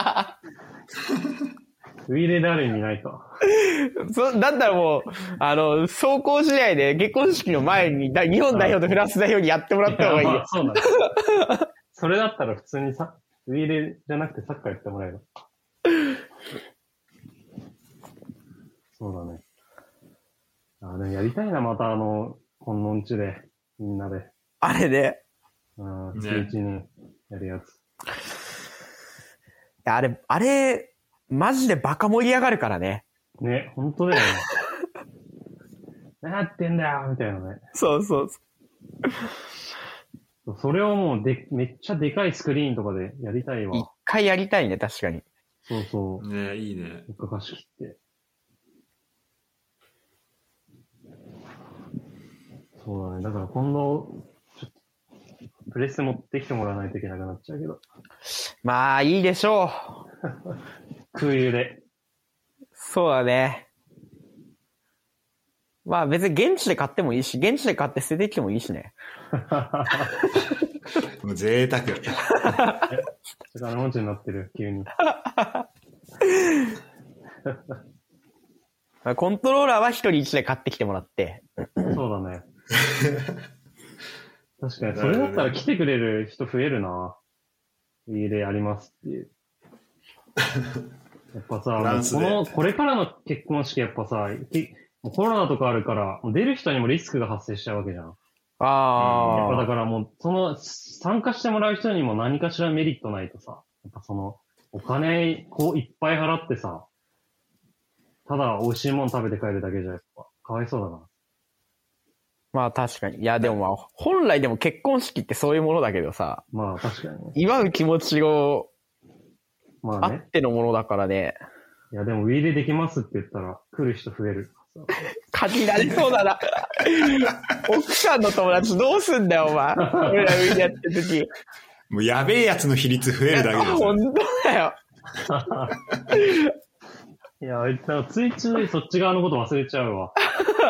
ウィーレである意味ないか。 だったらもう、走行試合で結婚式の前に日本代表とフランス代表にやってもらった方がいいよ。まあ、 そうなんだ。それだったら普通にウィーレじゃなくてサッカーやってもらえる。そうだね。でもやりたいな、また本のんちで、みんなで。 あれで。 11人やるやつ。 あれ、マジでバカ盛り上がるからね。 ね、ほんとだよね。何やってんだよみたいなね。 そうそうそう。 それをもうめっちゃでかいスクリーンとかでやりたいわ。 一回やりたいね、確かに。 そうそう。 ね、いいね。 一回貸し切って。そうだね。だから今度、ちょっと、プレス持ってきてもらわないといけなくなっちゃうけど。 まあ、いいでしょう。 空輸で。 そうだね。まあ別に現地で買ってもいいし、現地で買って捨ててきてもいいしね。 もう贅沢。 金持ちになってる、急に。 コントローラーは一人一台買ってきてもらって。 そうだね。確かに、それだったら来てくれる人増えるな。家でやりますっていう。やっぱさ、これからの結婚式やっぱさ、コロナとかあるから、出る人にもリスクが発生しちゃうわけじゃん。やっぱだからもう、参加してもらう人にも何かしらメリットないとさ、やっぱお金、いっぱい払ってさ、ただ美味しいもの食べて帰るだけじゃやっぱ、かわいそうだな。 まあ確かに。いやでもまあ、本来でも結婚式ってそういうものだけどさ。 まあ確かにね。 祝う気持ちを、 まあね。 あってのものだからね。 いやでもウィーレできますって言ったら来る人増える。 限られそうだな。奥さんの友達どうすんだよお前。俺らウィーレやってる時。 もうやべえやつの比率増えるだけだよ。 本当だよ。 いや、ついついそっち側のこと忘れちゃうわ。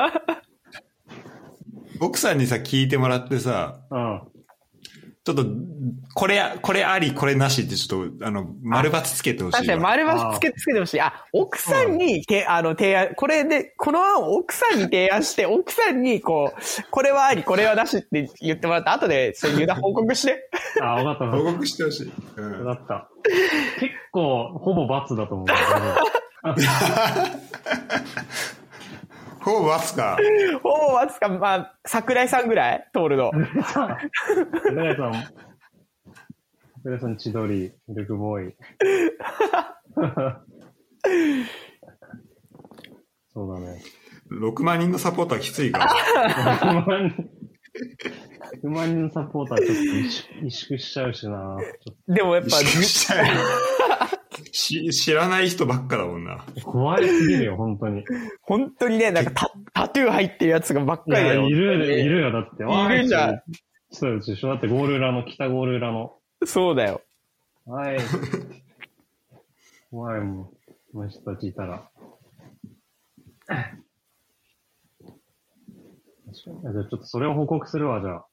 奥さんにさ、聞いてもらってさ、 うん。 ちょっと、これあり、これなしってちょっと、丸×つけてほしい。 確かに丸×つけてほしい。奥さんに、提案、これで、この案を奥さんに提案して、奥さんに、これはあり、これはなしって言ってもらった後で、そういう報告して。 わかった。 報告してほしい。 わかった。結構、ほぼ×だと思う。 ほぼ×か。 ほぼ×か、まあ、桜井さんぐらい通るの。 桜井さん、千鳥、ミルクボーイ。そうだね。 6万人のサポーターきついから。 6万人のサポーターちょっと萎縮しちゃうしな。 でもやっぱ、 知らない人ばっかだもんな。 怖いすぎるよ、本当に。 本当にね、なんかタトゥー入ってるやつがばっかりだよ。 いるよ、だって。 いるじゃん。 そうでしょ。だって北ゴール裏の。 そうだよ。 はい。怖いもん。この人たちいたら。 じゃあちょっとそれを報告するわ、じゃあ。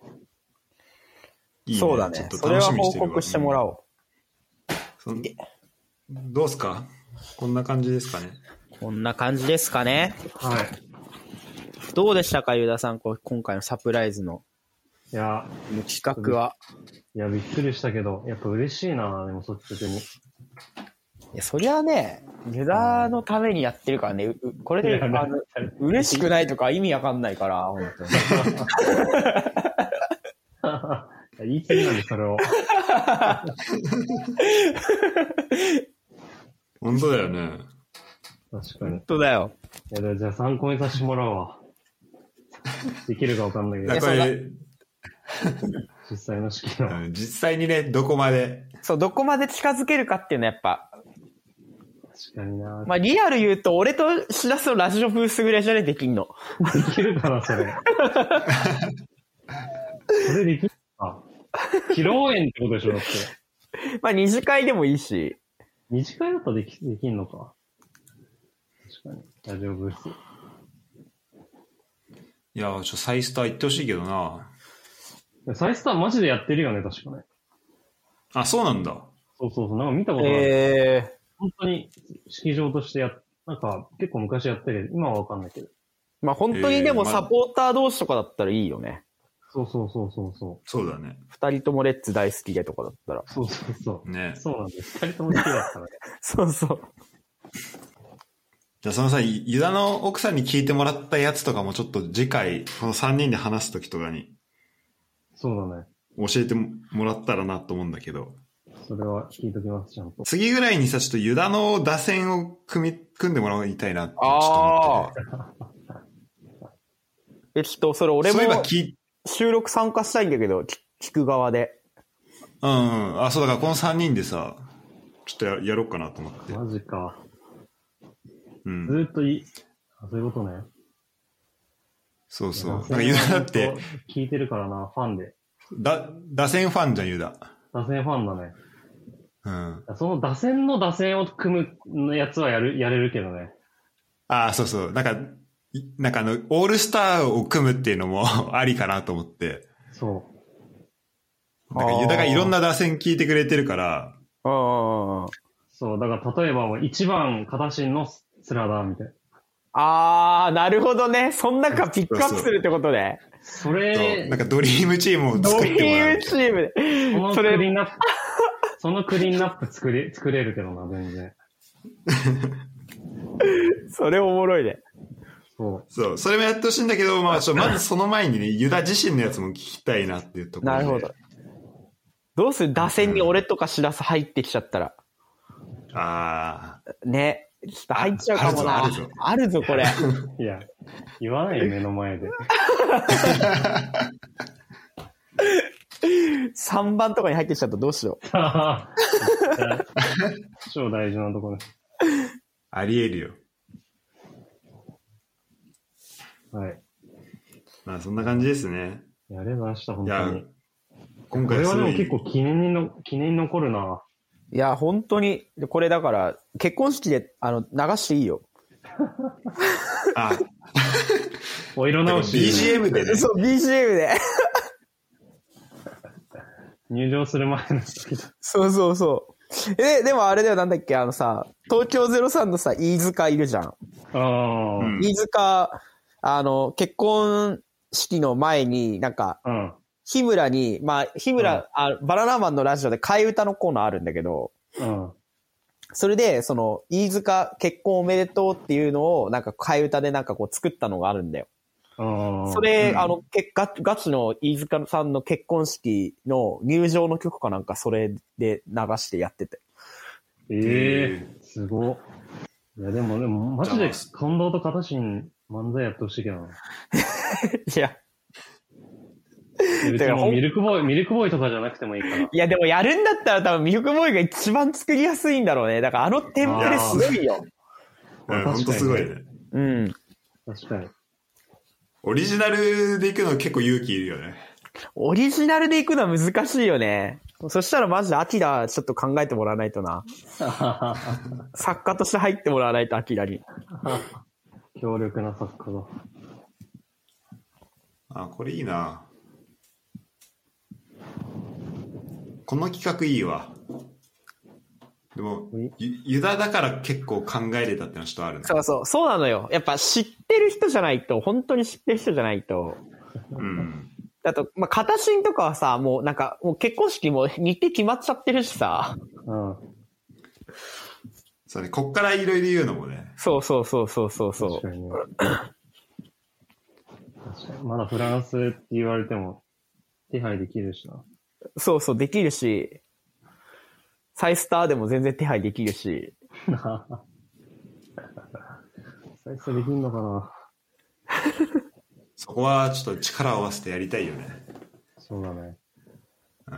いいね、そうだね。それは報告してもらおう。 どうすか？こんな感じですかね。 こんな感じですかね。 はい。 どうでしたか、ユダさん、今回のサプライズの。 いや、 企画は。 いや、びっくりしたけど、やっぱ嬉しいな、でも率直に。いや、そりゃね、ユダのためにやってるからね、これで、嬉しくないとか意味わかんないから、本当に。言い過ぎなんで、それを。 本当だよね。 確かに。 本当だよ。 いや、じゃあ参考にさせてもらうわ。できるかわかんないけど。 これ実際の式の。 実際にね、どこまで。 そう、どこまで近づけるかっていうのはやっぱ。 確かにな。 まあ、リアル言うと、俺としらすのラジオブースぐらいじゃねできんの。 できるかな、それ。それできるか。披露宴ってことでしょ、だって。 まあ、二次会でもいいし。 二次会だったらできんのか。確かに。ラジオブース。 いや、サイスター行ってほしいけどな。 サイスターマジでやってるよね、確かね。 あ、そうなんだ。 そう。なんか見たことある。本当に式場としてなんか結構昔やったけど、今はわかんないけど。 まあ本当にでもサポーター同士とかだったらいいよね。 そう。 そうだね。 二人ともレッツ大好きでとかだったら。 そう。 ね。 そうなんです。二人とも好きだったらね。 そう。 じゃあそのさ、ユダの奥さんに聞いてもらったやつとかもちょっと次回、この3人で話すときとかに。 そうだね。 教えてもらったらなと思うんだけど。 それは聞いときます、ちゃんと。 次ぐらいにさ、ちょっとユダの打線を組んでもらいたいなってちょっと思って。 ちょっとそれ俺も収録参加したいんだけど、聞く側で。 あ、そうだからこの3人でさ、ちょっとやろうかなと思って。 マジか。 うん。 ずっとそういうことね。 そう。なんかユダだって。 聞いてるからな、ファンで。 打線ファンじゃん、ユダ。 打線ファンだね。 うん。 その打線の打線を組むやつはやれるけどね。 あ、そう。なんかオールスターを組むっていうのもありかなと思って。 そう。 なんかユダがいろんな打線聞いてくれてるから。 そう、だから例えばもう1番片新のスラダーみたいな。なるほどね。そん中ピックアップするってことで。 それ、 なんかドリームチームを作ってもらう。ドリームチームで。 そのクリーンナップ作れるけどな、全然。 それおもろいね。 そう。それもやってほしいんだけど、まずその前にね、ユダ自身のやつも聞きたいなっていうところで。 なるほど。どうする？打線に俺とかしらす入ってきちゃったら。ね。ちょっと入っちゃうかもな。あるぞ、これ。 いや、言わないよ、目の前で。 3番とかに入ってきちゃったらどうしよう。 超大事なところです。 あり得るよ。 はい。 まあそんな感じですね。 ありがとうございました、本当に。 今回これはでも結構記念に残るな。 いや、本当に、これだから、結婚式で、流していいよ。 お色直し。 BGM でね。 そう、BGM で。 入場する前の時だ。 そう。でもあれだよ、なんだっけ、東京03のさ、飯塚いるじゃん。飯塚、結婚式の前に、なんか、日村に、バナナマンのラジオで替え歌のコーナーあるんだけど、それで、飯塚結婚おめでとうっていうのを、なんか替え歌でなんかこう作ったのがあるんだよ。それ、ガチの飯塚さんの結婚式の入場の曲かなんかそれで流してやってて。 すごい。いや、でも、マジで感動と片心漫才やってほしいけどな。 いや。 でもミルクボーイとかじゃなくてもいいから。 いや、でもやるんだったら多分ミルクボーイが一番作りやすいんだろうね。だからテンプレすごいよ。 ほんとすごいね。 うん。 確かに。 オリジナルで行くの結構勇気いるよね。 オリジナルで行くのは難しいよね。そしたらマジでアキラちょっと考えてもらわないとな。作家として入ってもらわないとアキラに。 強力な作家だ。 あ、これいいな。この企画いいわ。でも、ユダだから結構考えれたってのはちょっとあるね。 そうなのよ。やっぱ知ってる人じゃないと、本当に知ってる人じゃないと。 うん。 あと、まあ、片新とかはさ、もうなんか、もう結婚式も日程決まっちゃってるしさ。 うん。 そうね、こっからいろいろ言うのもね。 そう。確かにね。まだフランスって言われても手配できるしな。 そう、できるし、サイスターでも全然手配できるし。 サイスターできんのかな。 そこはちょっと力を合わせてやりたいよね。 そうだね。 うん。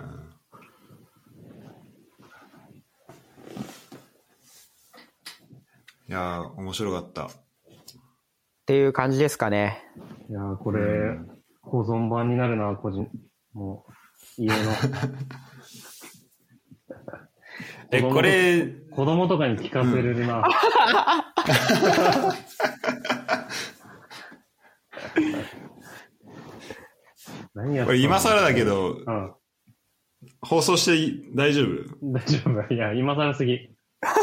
いやー、面白かった。 っていう感じですかね。 いやー、これ、保存版になるな、もう、家の。 これ、 子供とかに聞かせれるな。何やこれ今更だけど、放送して大丈夫？ 大丈夫。いや、今更すぎ。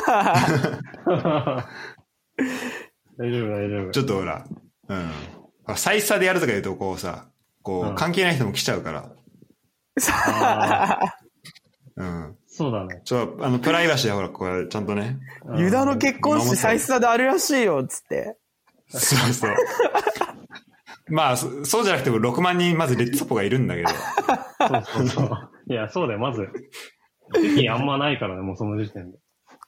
大丈夫。 ちょっとほら、サイスタでやるとか言うとこうさ、関係ない人も来ちゃうから。 そうだね。 プライバシーはほら、これちゃんとね。 ユダの結婚式サイスタであるらしいよ、つって。 そう。まあ、そうじゃなくても6万人まずレッドサポがいるんだけど。 そう。いや、そうだよ、まず。席あんまないからね、もうその時点で。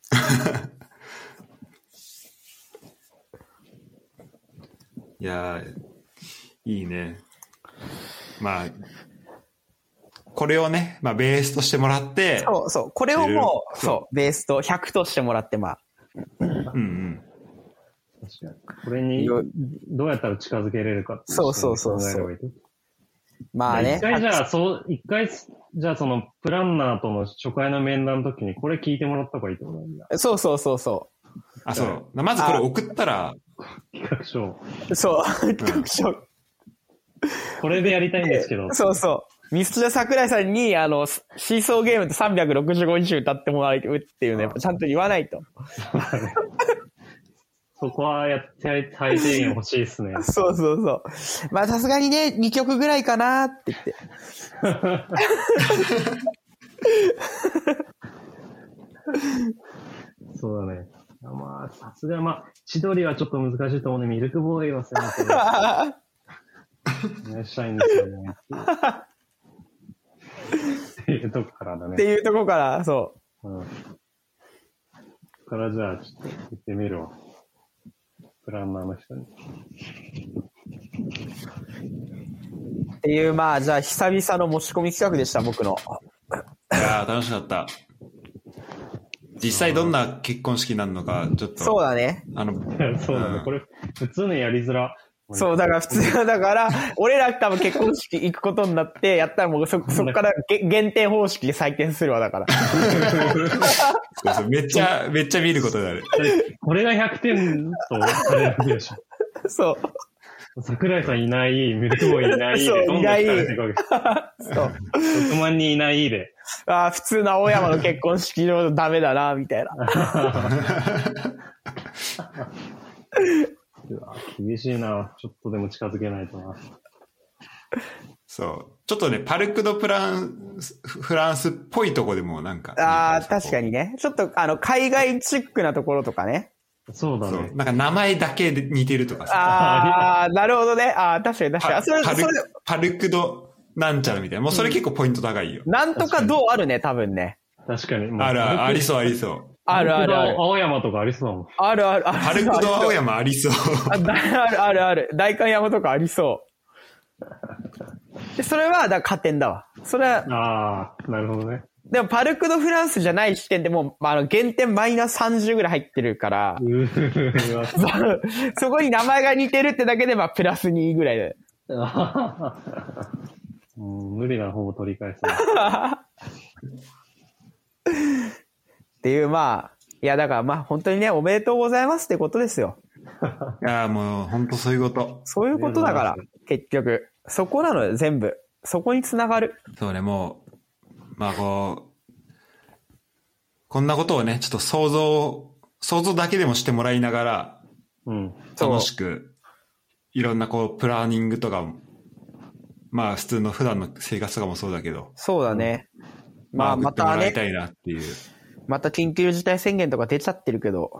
いやー、いいね。まあ、これをね、まあ、ベースとしてもらって。 そう。これをもう、ベースと100としてもらって、まあ。 うん。 確かに。これに、どうやったら近づけれるかってそう。まあね。 一回じゃあその、プランナーとの初回の面談の時に、これ聞いてもらった方がいいと思うんだ。 そう。 あ、そう。まずこれ送ったら。 企画書。 そう、企画書。 これでやりたいんですけど。 そう。ミスチル桜井さんに、シーソーゲームと365日歌ってもらうっていうのやっぱちゃんと言わないと。 そこは最低限欲しいですね。 そう。まあさすがにね、2曲ぐらいかなって言って。 そうだね。まあ、さすが千鳥はちょっと難しいと思うんで、ミルクボーイはせめて、お願いしたいんですよね。っていうとこからだね。 っていうとこから、そう。 からじゃあ、ちょっと言ってみるわ。プランナーの人に。 っていう、まあ、じゃあ、久々の持ち込み企画でした、僕の。 いやー、楽しかった。実際どんな結婚式になるのか、ちょっと。 そうだね。 そうだね。これ、普通のやりづら。 そう、だから普通だから、俺ら多分結婚式行くことになって、やったらもうそこから減点方式で採点するわ、だから。 そうめっちゃ見ることになる。 これが100点とされるでしょ。 そう。 桜井さんいない、ミルクボーイいないで、どんどん聞かれていくわけ。そう。6万人いないで。 ああ、普通の青山の結婚式場ダメだな、みたいな。 厳しいな。ちょっとでも近づけないとな。 そう。ちょっとね、パルク・ド・フランスっぽいとこでもなんか。 ああ、確かにね。ちょっと海外チックなところとかね。 そうだね。 なんか名前だけで似てるとかさ。 ああ、なるほどね。ああ、確かに。 パルク・ド・なんちゃらみたいな。もうそれ結構ポイント高いよ。 なんとかどうあるね、多分ね。 確かに。 ありそう。 ある。 青山とかありそうだもん。 ある。 パルクド青山ありそう。 ある。代官山とかありそう。で、それは、加点だわ。それは。 ああ、なるほどね。 でも、パルクドフランスじゃない時点でもう、減点マイナス30ぐらい入ってるから、そこに名前が似てるってだけで、プラス2ぐらいで。 無理な方を取り返す。 っていう、いや、だから本当にね、おめでとうございますってことですよ。 いや、もう、本当そういうこと。 そういうことだから、結局。 そこなのよ、全部。そこに繋がる。 そうね、もう、まあこんなことをね、ちょっと想像だけでもしてもらいながら、楽しく、いろんなプランニングとかも、まあ普通の普段の生活とかもそうだけど。 そうだね。 またね。送ってもらいたいなっていう。 また緊急事態宣言とか出ちゃってるけど。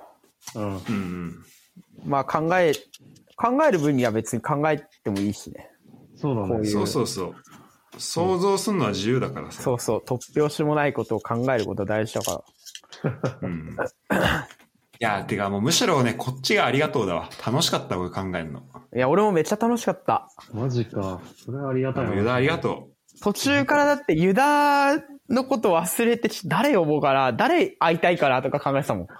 まあ考える分には別に考えてもいいしね。 そうだね。 そう。想像するのは自由だからさ。 そう。突拍子もないことを考えることは大事だから。 いや、てかもうむしろね、こっちがありがとうだわ。楽しかった、僕考えるの。 いや、俺もめっちゃ楽しかった。 マジか。それはありがたいな。 ユダありがとう。途中からだってユダのこと忘れて、誰呼ぼうかな、誰会いたいかなとか考えてたもん。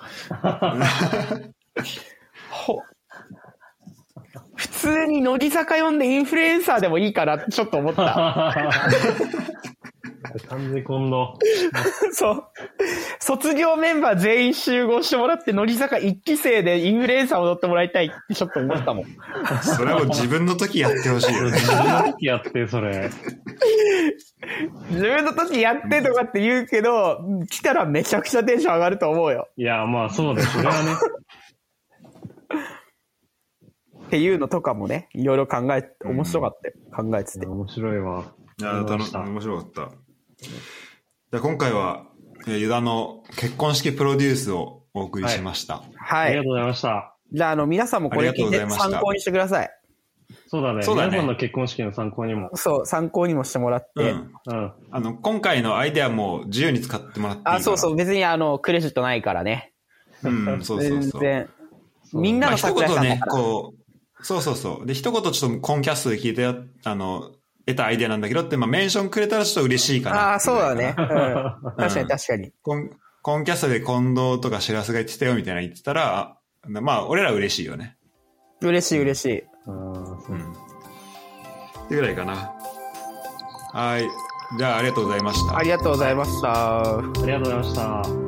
普通に乃木坂呼んでインフルエンサーでもいいかなってちょっと思った。 完全近藤。 そう。卒業メンバー全員集合してもらって、乃木坂1期生でインフルエンサーを踊ってもらいたいってちょっと思ったもん。 それはもう自分の時やってほしいよね。 自分の時やって、それ。 自分の時やってとかって言うけど、来たらめちゃくちゃテンション上がると思うよ。 いや、まあそうです。それはね。 っていうのとかもね、いろいろ面白かったよ。考えてて。 面白いわ。 いや、面白かった。じゃあ今回は、ユダの結婚式プロデュースをお送りしました。 はい。 ありがとうございました。 じゃあ、皆さんもこれ聞いて参考にしてください。 そうだね。皆さんの結婚式の参考にも。 そう、参考にもしてもらって。 今回のアイデアも自由に使ってもらっていいかな。 そう。別にクレジットないからね。 そう。 全然。みんなの一言ね、そう。で、一言ちょっとコンキャストで聞いて、得たアイデアなんだけどって、メンションくれたらちょっと嬉しいかな。 そうだね。確かに。 コンキャストで近藤とか白洲が言ってたよみたいな言ってたら、俺ら嬉しいよね。 嬉しい。 ってぐらいかな。はい。じゃあありがとうございました。 ありがとうございました。 ありがとうございました。